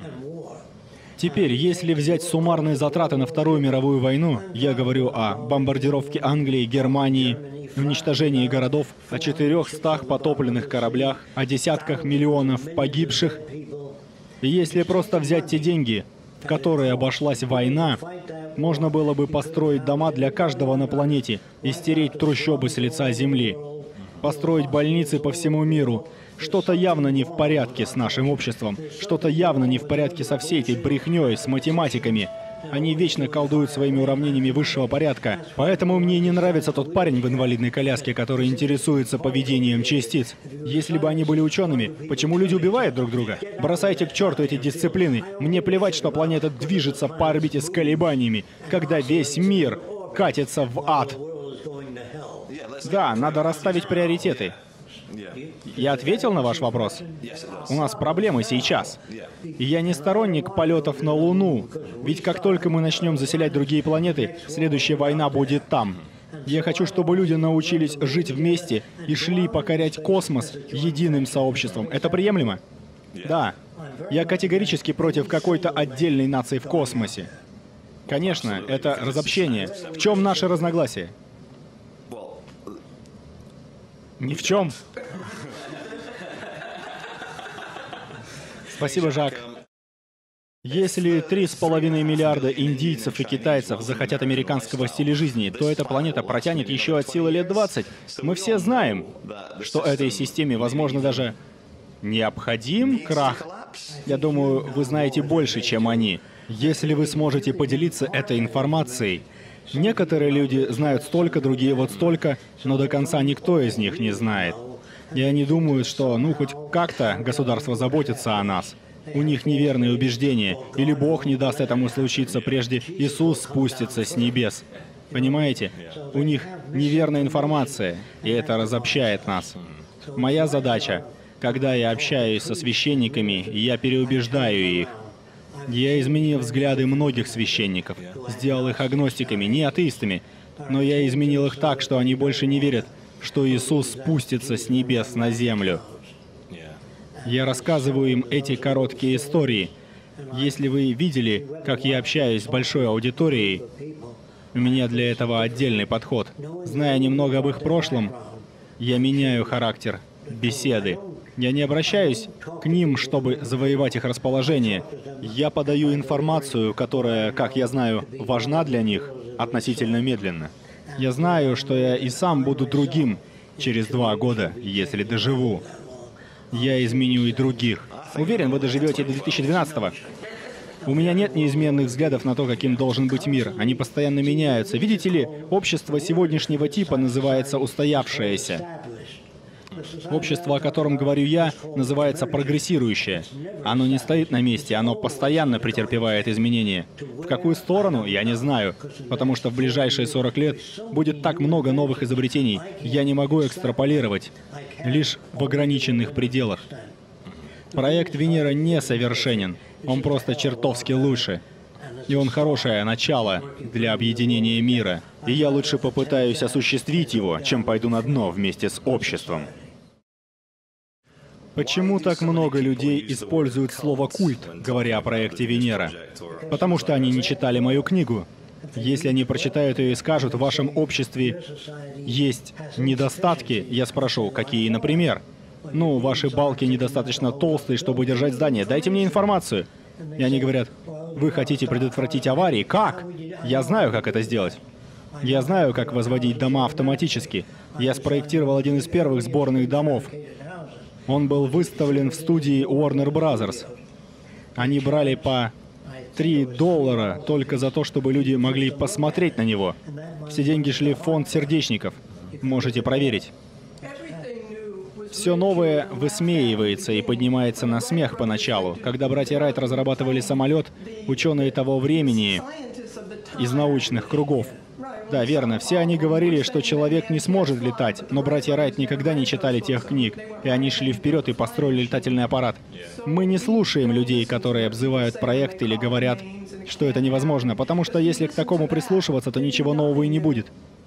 Теперь, если взять суммарные затраты на Вторую мировую войну, я говорю о бомбардировке Англии, Германии, уничтожении городов, о четырехстах потопленных кораблях, о десятках миллионов погибших. И если просто взять те деньги, в которые обошлась война, можно было бы построить дома для каждого на планете и стереть трущобы с лица Земли. Построить больницы по всему миру. Что-то явно не в порядке с нашим обществом. Что-то явно не в порядке со всей этой брехней, с математиками. Они вечно колдуют своими уравнениями высшего порядка. Поэтому мне не нравится тот парень в инвалидной коляске, который интересуется поведением частиц. Если бы они были учеными, почему люди убивают друг друга? Бросайте к черту эти дисциплины. Мне плевать, что планета движется по орбите с колебаниями, когда весь мир катится в ад. Да, надо расставить приоритеты. Я ответил на ваш вопрос? У нас проблемы сейчас. И я не сторонник полетов на Луну, ведь как только мы начнем заселять другие планеты, следующая война будет там. Я хочу, чтобы люди научились жить вместе и шли покорять космос единым сообществом. Это приемлемо? Да. Я категорически против какой-то отдельной нации в космосе. Конечно, это разобщение. В чем наше разногласие? Ни в чем. Спасибо, Жак. Если три с половиной миллиарда индийцев и китайцев захотят американского стиля жизни, то эта планета протянет еще от силы лет двадцать. Мы все знаем, что этой системе, возможно, даже необходим крах. Я думаю, вы знаете больше, чем они. Если вы сможете поделиться этой информацией. Некоторые люди знают столько, другие вот столько, но до конца никто из них не знает. И они думают, что, ну, хоть как-то государство заботится о нас. У них неверные убеждения, или Бог не даст этому случиться, прежде Иисус спустится с небес. Понимаете? У них неверная информация, и это разобщает нас. Моя задача, когда я общаюсь со священниками, я переубеждаю их. Я изменил взгляды многих священников, сделал их агностиками, не атеистами, но я изменил их так, что они больше не верят, что Иисус спустится с небес на землю. Я рассказываю им эти короткие истории. Если вы видели, как я общаюсь с большой аудиторией, у меня для этого отдельный подход. Зная немного об их прошлом, я меняю характер беседы. Я не обращаюсь к ним, чтобы завоевать их расположение. Я подаю информацию, которая, как я знаю, важна для них, относительно медленно. Я знаю, что я и сам буду другим через два года, если доживу. Я изменю и других. Уверен, вы доживете до две тысячи двенадцатого. У меня нет неизменных взглядов на то, каким должен быть мир. Они постоянно меняются. Видите ли, общество сегодняшнего типа называется устоявшееся. Общество, о котором говорю я, называется прогрессирующее. Оно не стоит на месте, оно постоянно претерпевает изменения. В какую сторону, я не знаю, потому что в ближайшие сорок лет будет так много новых изобретений, я не могу экстраполировать, лишь в ограниченных пределах. Проект Венера несовершенен, он просто чертовски лучше. И он хорошее начало для объединения мира. И я лучше попытаюсь осуществить его, чем пойду на дно вместе с обществом. Почему так много людей используют слово «культ», говоря о проекте Венера? Потому что они не читали мою книгу. Если они прочитают ее и скажут, в вашем обществе есть недостатки, я спрошу, какие, например? Ну, ваши балки недостаточно толстые, чтобы держать здание. Дайте мне информацию. И они говорят, вы хотите предотвратить аварии? Как? Я знаю, как это сделать. Я знаю, как возводить дома автоматически. Я спроектировал один из первых сборных домов. Он был выставлен в студии Warner Brothers. Они брали по три доллара только за то, чтобы люди могли посмотреть на него. Все деньги шли в фонд сердечников. Можете проверить. Все новое высмеивается и поднимается на смех поначалу. Когда братья Райт разрабатывали самолет, ученые того времени из научных кругов. Да, верно, все они говорили, что человек не сможет летать, но братья Райт никогда не читали тех книг, и они шли вперед и построили летательный аппарат. Мы не слушаем людей, которые обзывают проект или говорят, что это невозможно, потому что если к такому прислушиваться, то ничего нового и не будет.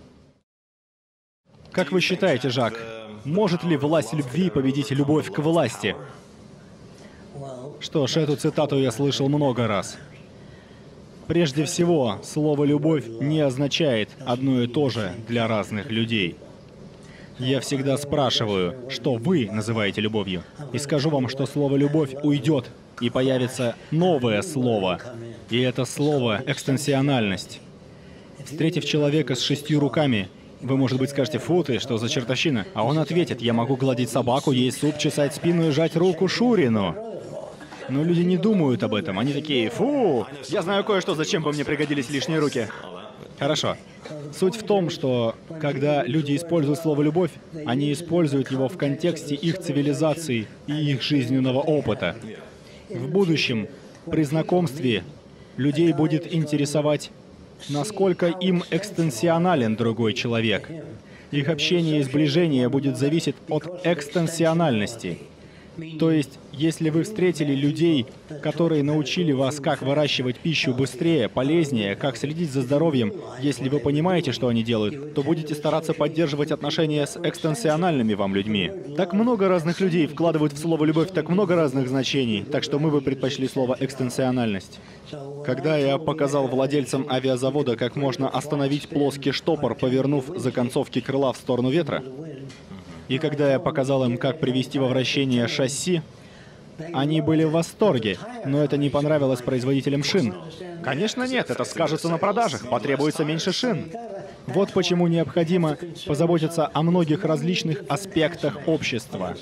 Как вы считаете, Жак, может ли власть любви победить любовь к власти? Что ж, эту цитату я слышал много раз. Прежде всего, слово «любовь» не означает одно и то же для разных людей. Я всегда спрашиваю, что вы называете любовью, и скажу вам, что слово «любовь» уйдет, и появится новое слово, и это слово — экстенсиональность. Встретив человека с шестью руками, вы, может быть, скажете, фу ты, что за чертовщина? А он ответит, я могу гладить собаку, есть суп, чесать спину и жать руку Шурину. Но люди не думают об этом. Они такие, фу, я знаю кое-что, зачем бы мне пригодились лишние руки. Хорошо. Суть в том, что когда люди используют слово «любовь», они используют его в контексте их цивилизации и их жизненного опыта. В будущем, при знакомстве, людей будет интересовать, насколько им экстенсионален другой человек. Их общение и сближение будет зависеть от экстенсиональности. То есть, Если вы встретили людей, которые научили вас, как выращивать пищу быстрее, полезнее, как следить за здоровьем, если вы понимаете, что они делают, то будете стараться поддерживать отношения с экстенсиональными вам людьми. Так много разных людей вкладывают в слово «любовь» так много разных значений, так что мы бы предпочли слово «экстенсиональность». Когда я показал владельцам авиазавода, как можно остановить плоский штопор, повернув законцовки крыла в сторону ветра, и когда я показал им, как привести во вращение шасси, они были в восторге, но это не понравилось производителям шин. Конечно, нет, это скажется на продажах, потребуется меньше шин. Вот почему необходимо позаботиться о многих различных аспектах общества.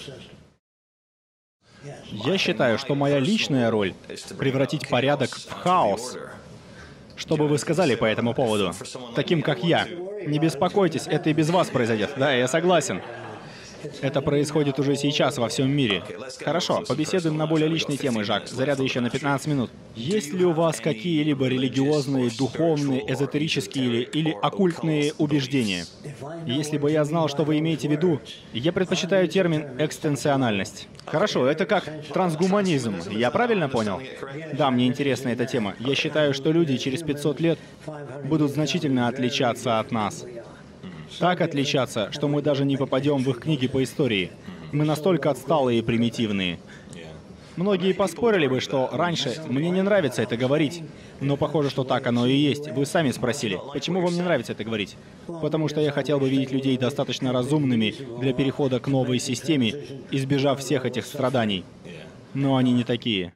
Я считаю, что моя личная роль — превратить порядок в хаос. Что бы вы сказали по этому поводу? Таким, как я. Не беспокойтесь, это и без вас произойдет. Да, я согласен. Это происходит уже сейчас во всем мире. Хорошо, побеседуем на более личные темы, Жак. Заряда еще на пятнадцать минут. Есть ли у вас какие-либо религиозные, духовные, эзотерические или, или оккультные убеждения? Если бы я знал, что вы имеете в виду, я предпочитаю термин «экстенсиональность». Хорошо, это как трансгуманизм. Я правильно понял? Да, мне интересна эта тема. Я считаю, что люди через пятьсот лет будут значительно отличаться от нас. Так отличаться, что мы даже не попадем в их книги по истории. Мы настолько отсталые и примитивные. Многие поспорили бы, что раньше мне не нравится это говорить, но похоже, что так оно и есть. Вы сами спросили, почему вам не нравится это говорить? Потому что я хотел бы видеть людей достаточно разумными для перехода к новой системе, избежав всех этих страданий. Но они не такие.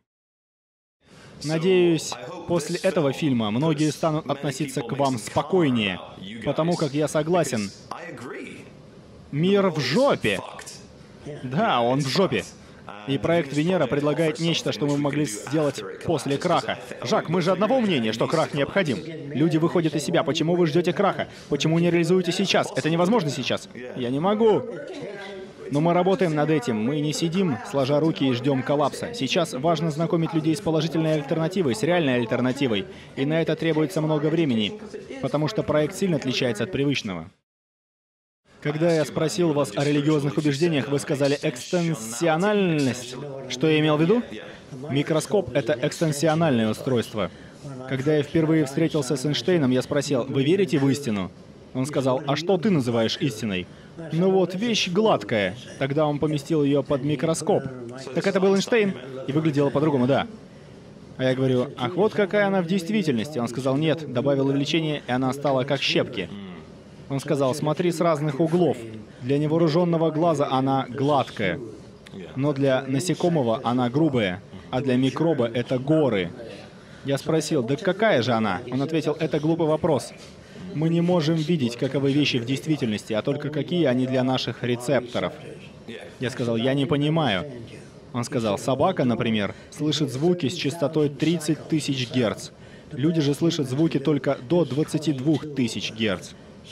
Надеюсь, после этого фильма многие станут относиться к вам спокойнее, потому как я согласен. Мир в жопе. Да, он в жопе. И проект Венера предлагает нечто, что мы могли сделать после краха. Жак, мы же одного мнения, что крах необходим. Люди выходят из себя. Почему вы ждете краха? Почему не реализуете сейчас? Это невозможно сейчас. Я не могу. Но мы работаем над этим. Мы не сидим, сложа руки и ждем коллапса. Сейчас важно знакомить людей с положительной альтернативой, с реальной альтернативой. И на это требуется много времени, потому что проект сильно отличается от привычного. Когда я спросил вас о религиозных убеждениях, вы сказали «экстенсиональность». Что я имел в виду? Микроскоп — это экстенсиональное устройство. Когда я впервые встретился с Эйнштейном, я спросил: «Вы верите в истину?» Он сказал: «А что ты называешь истиной?» «Ну вот, вещь гладкая». Тогда он поместил ее под микроскоп. Так это был Эйнштейн? И выглядело по-другому, да. А я говорю: «Ах, вот какая она в действительности». Он сказал: «Нет», добавил увеличение, и она стала как щепки. Он сказал: «Смотри с разных углов. Для невооруженного глаза она гладкая, но для насекомого она грубая, а для микроба это горы». Я спросил: «Да какая же она?» Он ответил: «Это глупый вопрос. Мы не можем видеть, каковы вещи в действительности, а только какие они для наших рецепторов». Я сказал: «Я не понимаю». Он сказал: «Собака, например, слышит звуки с частотой тридцать тысяч герц. Люди же слышат звуки только до двадцати двух тысяч герц.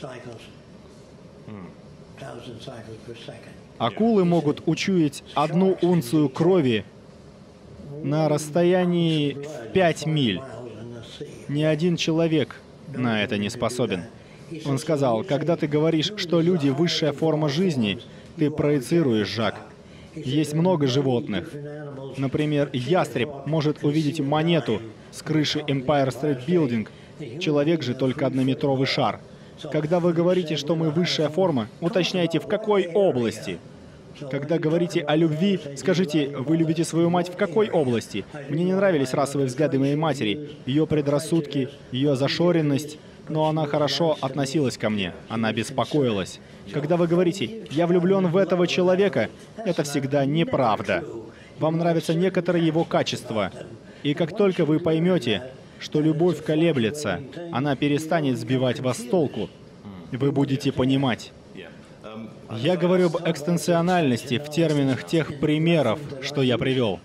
Акулы могут учуять одну унцию крови на расстоянии в пять миль. Ни один человек на это не способен». Он сказал: «Когда ты говоришь, что люди — высшая форма жизни, ты проецируешь, Жак. Есть много животных. Например, ястреб может увидеть монету с крыши Empire State Building. Человек же только однометровый шар. Когда вы говорите, что мы высшая форма, уточняйте, в какой области. Когда говорите о любви, скажите, вы любите свою мать в какой области? Мне не нравились расовые взгляды моей матери, ее предрассудки, ее зашоренность, но она хорошо относилась ко мне, она беспокоилась. Когда вы говорите «я влюблен в этого человека», это всегда неправда. Вам нравятся некоторые его качества. И как только вы поймете, что любовь колеблется, она перестанет сбивать вас с толку, вы будете понимать. Я говорю об экстенсиональности в терминах тех примеров, что я привел.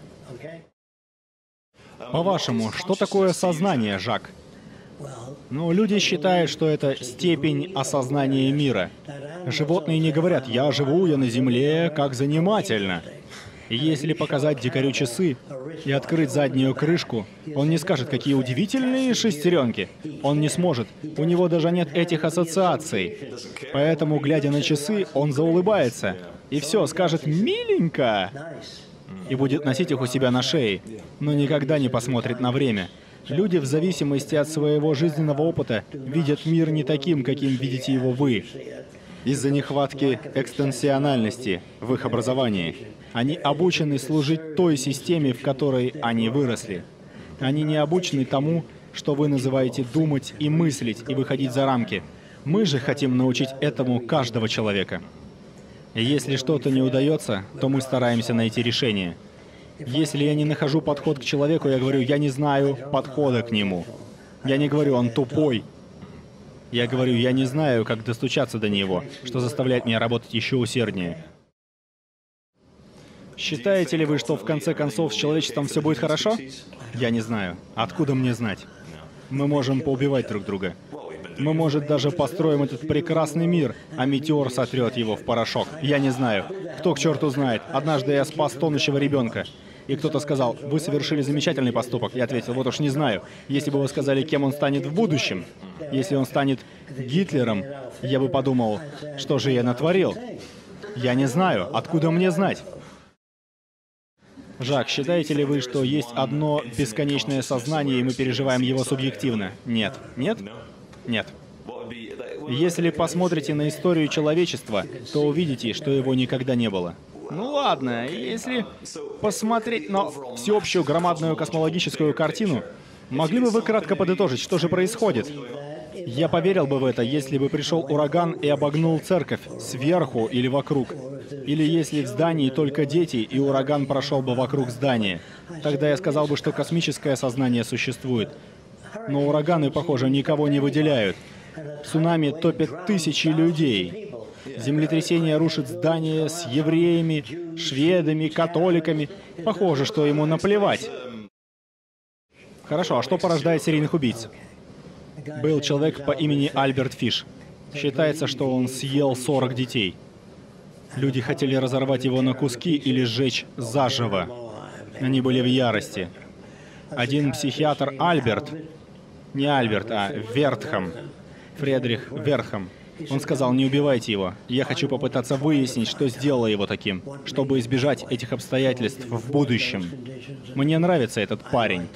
По-вашему, что такое сознание, Жак? Ну, люди считают, что это степень осознания мира. Животные не говорят «я живу, я на земле, как занимательно». И если показать дикарю часы и открыть заднюю крышку, он не скажет, какие удивительные шестеренки. Он не сможет. У него даже нет этих ассоциаций. Поэтому, глядя на часы, он заулыбается. И все, скажет «миленько». и будет носить их у себя на шее, но никогда не посмотрит на время. Люди в зависимости от своего жизненного опыта видят мир не таким, каким видите его вы. Из-за нехватки экстенсиональности в их образовании. Они обучены служить той системе, в которой они выросли. Они не обучены тому, что вы называете думать и мыслить, и выходить за рамки. Мы же хотим научить этому каждого человека. Если что-то не удается, то мы стараемся найти решение. Если я не нахожу подход к человеку, я говорю, я не знаю подхода к нему. Я не говорю, он тупой. Я говорю, я не знаю, как достучаться до него, что заставляет меня работать еще усерднее. Считаете ли вы, что в конце концов с человечеством все будет хорошо? Я не знаю. Откуда мне знать? Мы можем поубивать друг друга. Мы, может, даже построим этот прекрасный мир, а метеор сотрет его в порошок. Я не знаю. Кто к черту знает? Однажды я спас тонущего ребенка. И кто-то сказал, вы совершили замечательный поступок. Я ответил, вот уж не знаю. Если бы вы сказали, кем он станет в будущем, если он станет Гитлером, я бы подумал, что же я натворил? Я не знаю. Откуда мне знать? Жак, считаете ли вы, что есть одно бесконечное сознание, и мы переживаем его субъективно? Нет. Нет? Нет. Если посмотрите на историю человечества, то увидите, что его никогда не было. Ну ладно, если посмотреть на всеобщую громадную космологическую картину, могли бы вы кратко подытожить, что же происходит? Я поверил бы в это, если бы пришел ураган и обогнул церковь сверху или вокруг. Или если в здании только дети, и ураган прошел бы вокруг здания. Тогда я сказал бы, что космическое сознание существует. Но ураганы, похоже, никого не выделяют. Цунами топит тысячи людей. Землетрясение рушит здания с евреями, шведами, католиками. Похоже, что ему наплевать. Хорошо, а что порождает серийных убийц? Был человек по имени Альберт Фиш. Считается, что он съел сорок детей. Люди хотели разорвать его на куски или сжечь заживо. Они были в ярости. Один психиатр Альберт, не Альберт, а Вертхам, Фридрих Вертхам, он сказал, не убивайте его. Я хочу попытаться выяснить, что сделало его таким, чтобы избежать этих обстоятельств в будущем. Мне нравится этот парень.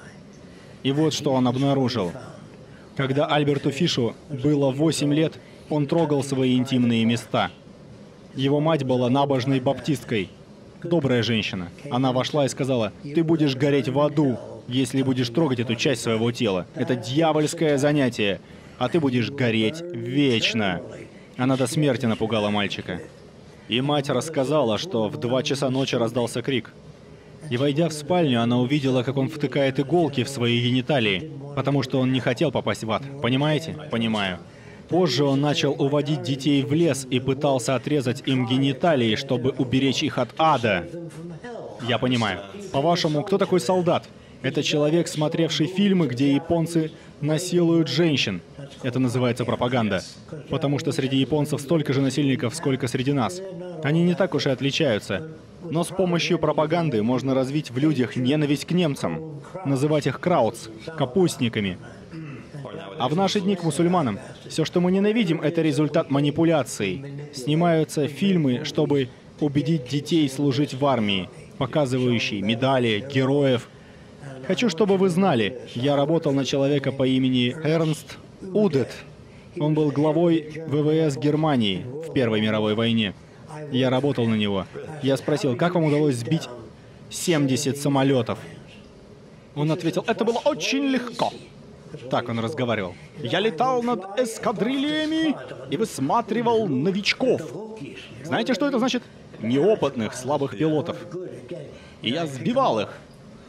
И вот что он обнаружил. Когда Альберту Фишу было восемь лет, он трогал свои интимные места. Его мать была набожной баптисткой. Добрая женщина. Она вошла и сказала, «Ты будешь гореть в аду, если будешь трогать эту часть своего тела. Это дьявольское занятие, а ты будешь гореть вечно». Она до смерти напугала мальчика. И мать рассказала, что в два часа ночи раздался крик. И, войдя в спальню, она увидела, как он втыкает иголки в свои гениталии, потому что он не хотел попасть в ад. Понимаете? Понимаю. Позже он начал уводить детей в лес и пытался отрезать им гениталии, чтобы уберечь их от ада. Я понимаю. По-вашему, кто такой солдат? Это человек, смотревший фильмы, где японцы насилуют женщин. Это называется пропаганда. Потому что среди японцев столько же насильников, сколько среди нас. Они не так уж и отличаются. Но с помощью пропаганды можно развить в людях ненависть к немцам. Называть их краудс, капустниками. А в наши дни к мусульманам все, что мы ненавидим, это результат манипуляций. Снимаются фильмы, чтобы убедить детей служить в армии, показывающие медали, героев. Хочу, чтобы вы знали, я работал на человека по имени Эрнст Удет. Он был главой ВВС Германии в Первой мировой войне. Я работал на него. Я спросил, как вам удалось сбить семьдесят самолетов? Он ответил, это было очень легко. Так он разговаривал. Я летал над эскадрильями и высматривал новичков. Знаете, что это значит? Неопытных, слабых пилотов. И я сбивал их.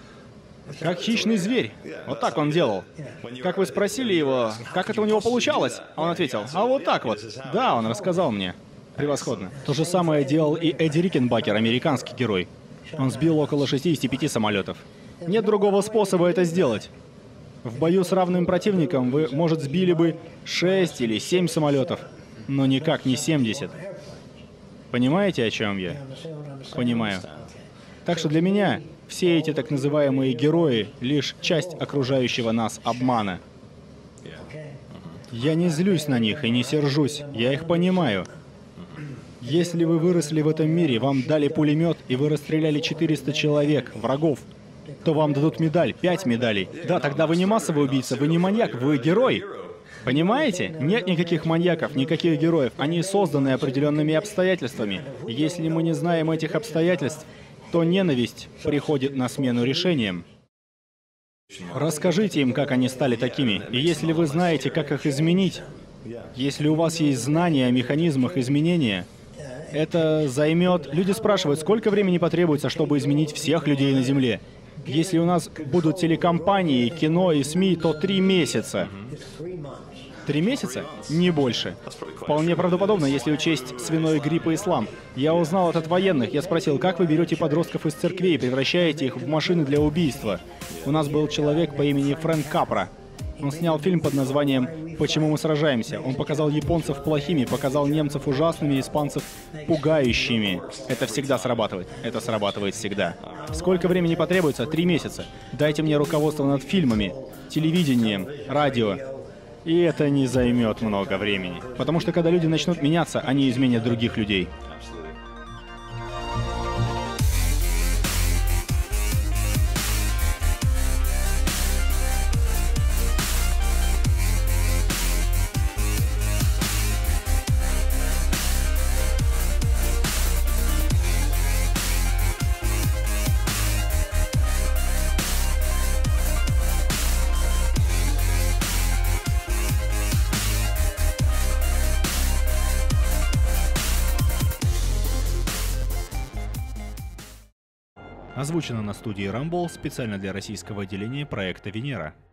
Как хищный зверь. Вот так он делал. Как вы спросили его, как это у него получалось? Он ответил, а вот так вот. Да, он рассказал мне. Превосходно. То же самое делал и Эдди Рикенбакер, американский герой. Он сбил около шестидесяти пяти самолетов. Нет другого способа это сделать. В бою с равным противником вы, может, сбили бы шесть или семь самолетов, но никак не семьдесят. Понимаете, о чем я? Понимаю. Так что для меня все эти так называемые герои — лишь часть окружающего нас обмана. Я не злюсь на них и не сержусь, я их понимаю. Если вы выросли в этом мире, вам дали пулемет, и вы расстреляли четыреста человек, врагов, то вам дадут медаль, пять медалей. Да, тогда вы не массовый убийца, вы не маньяк, вы герой. Понимаете? Нет никаких маньяков, никаких героев. Они созданы определенными обстоятельствами. Если мы не знаем этих обстоятельств, то ненависть приходит на смену решениям. Расскажите им, как они стали такими. И если вы знаете, как их изменить, если у вас есть знания о механизмах изменения, это займет... Люди спрашивают, сколько времени потребуется, чтобы изменить всех людей на Земле? Если у нас будут телекомпании, кино и СМИ, то три месяца. Три месяца? Не больше. Вполне правдоподобно, если учесть свиной грипп и ислам. Я узнал это от военных. Я спросил, как вы берете подростков из церквей и превращаете их в машины для убийства? У нас был человек по имени Фрэнк Капра. Он снял фильм под названием «Почему мы сражаемся». Он показал японцев плохими, показал немцев ужасными, испанцев пугающими. Это всегда срабатывает. Это срабатывает всегда. Сколько времени потребуется? Три месяца. Дайте мне руководство над фильмами, телевидением, радио. И это не займет много времени. Потому что когда люди начнут меняться, они изменят других людей. Озвучено на студии Rumble специально для российского отделения проекта Венера.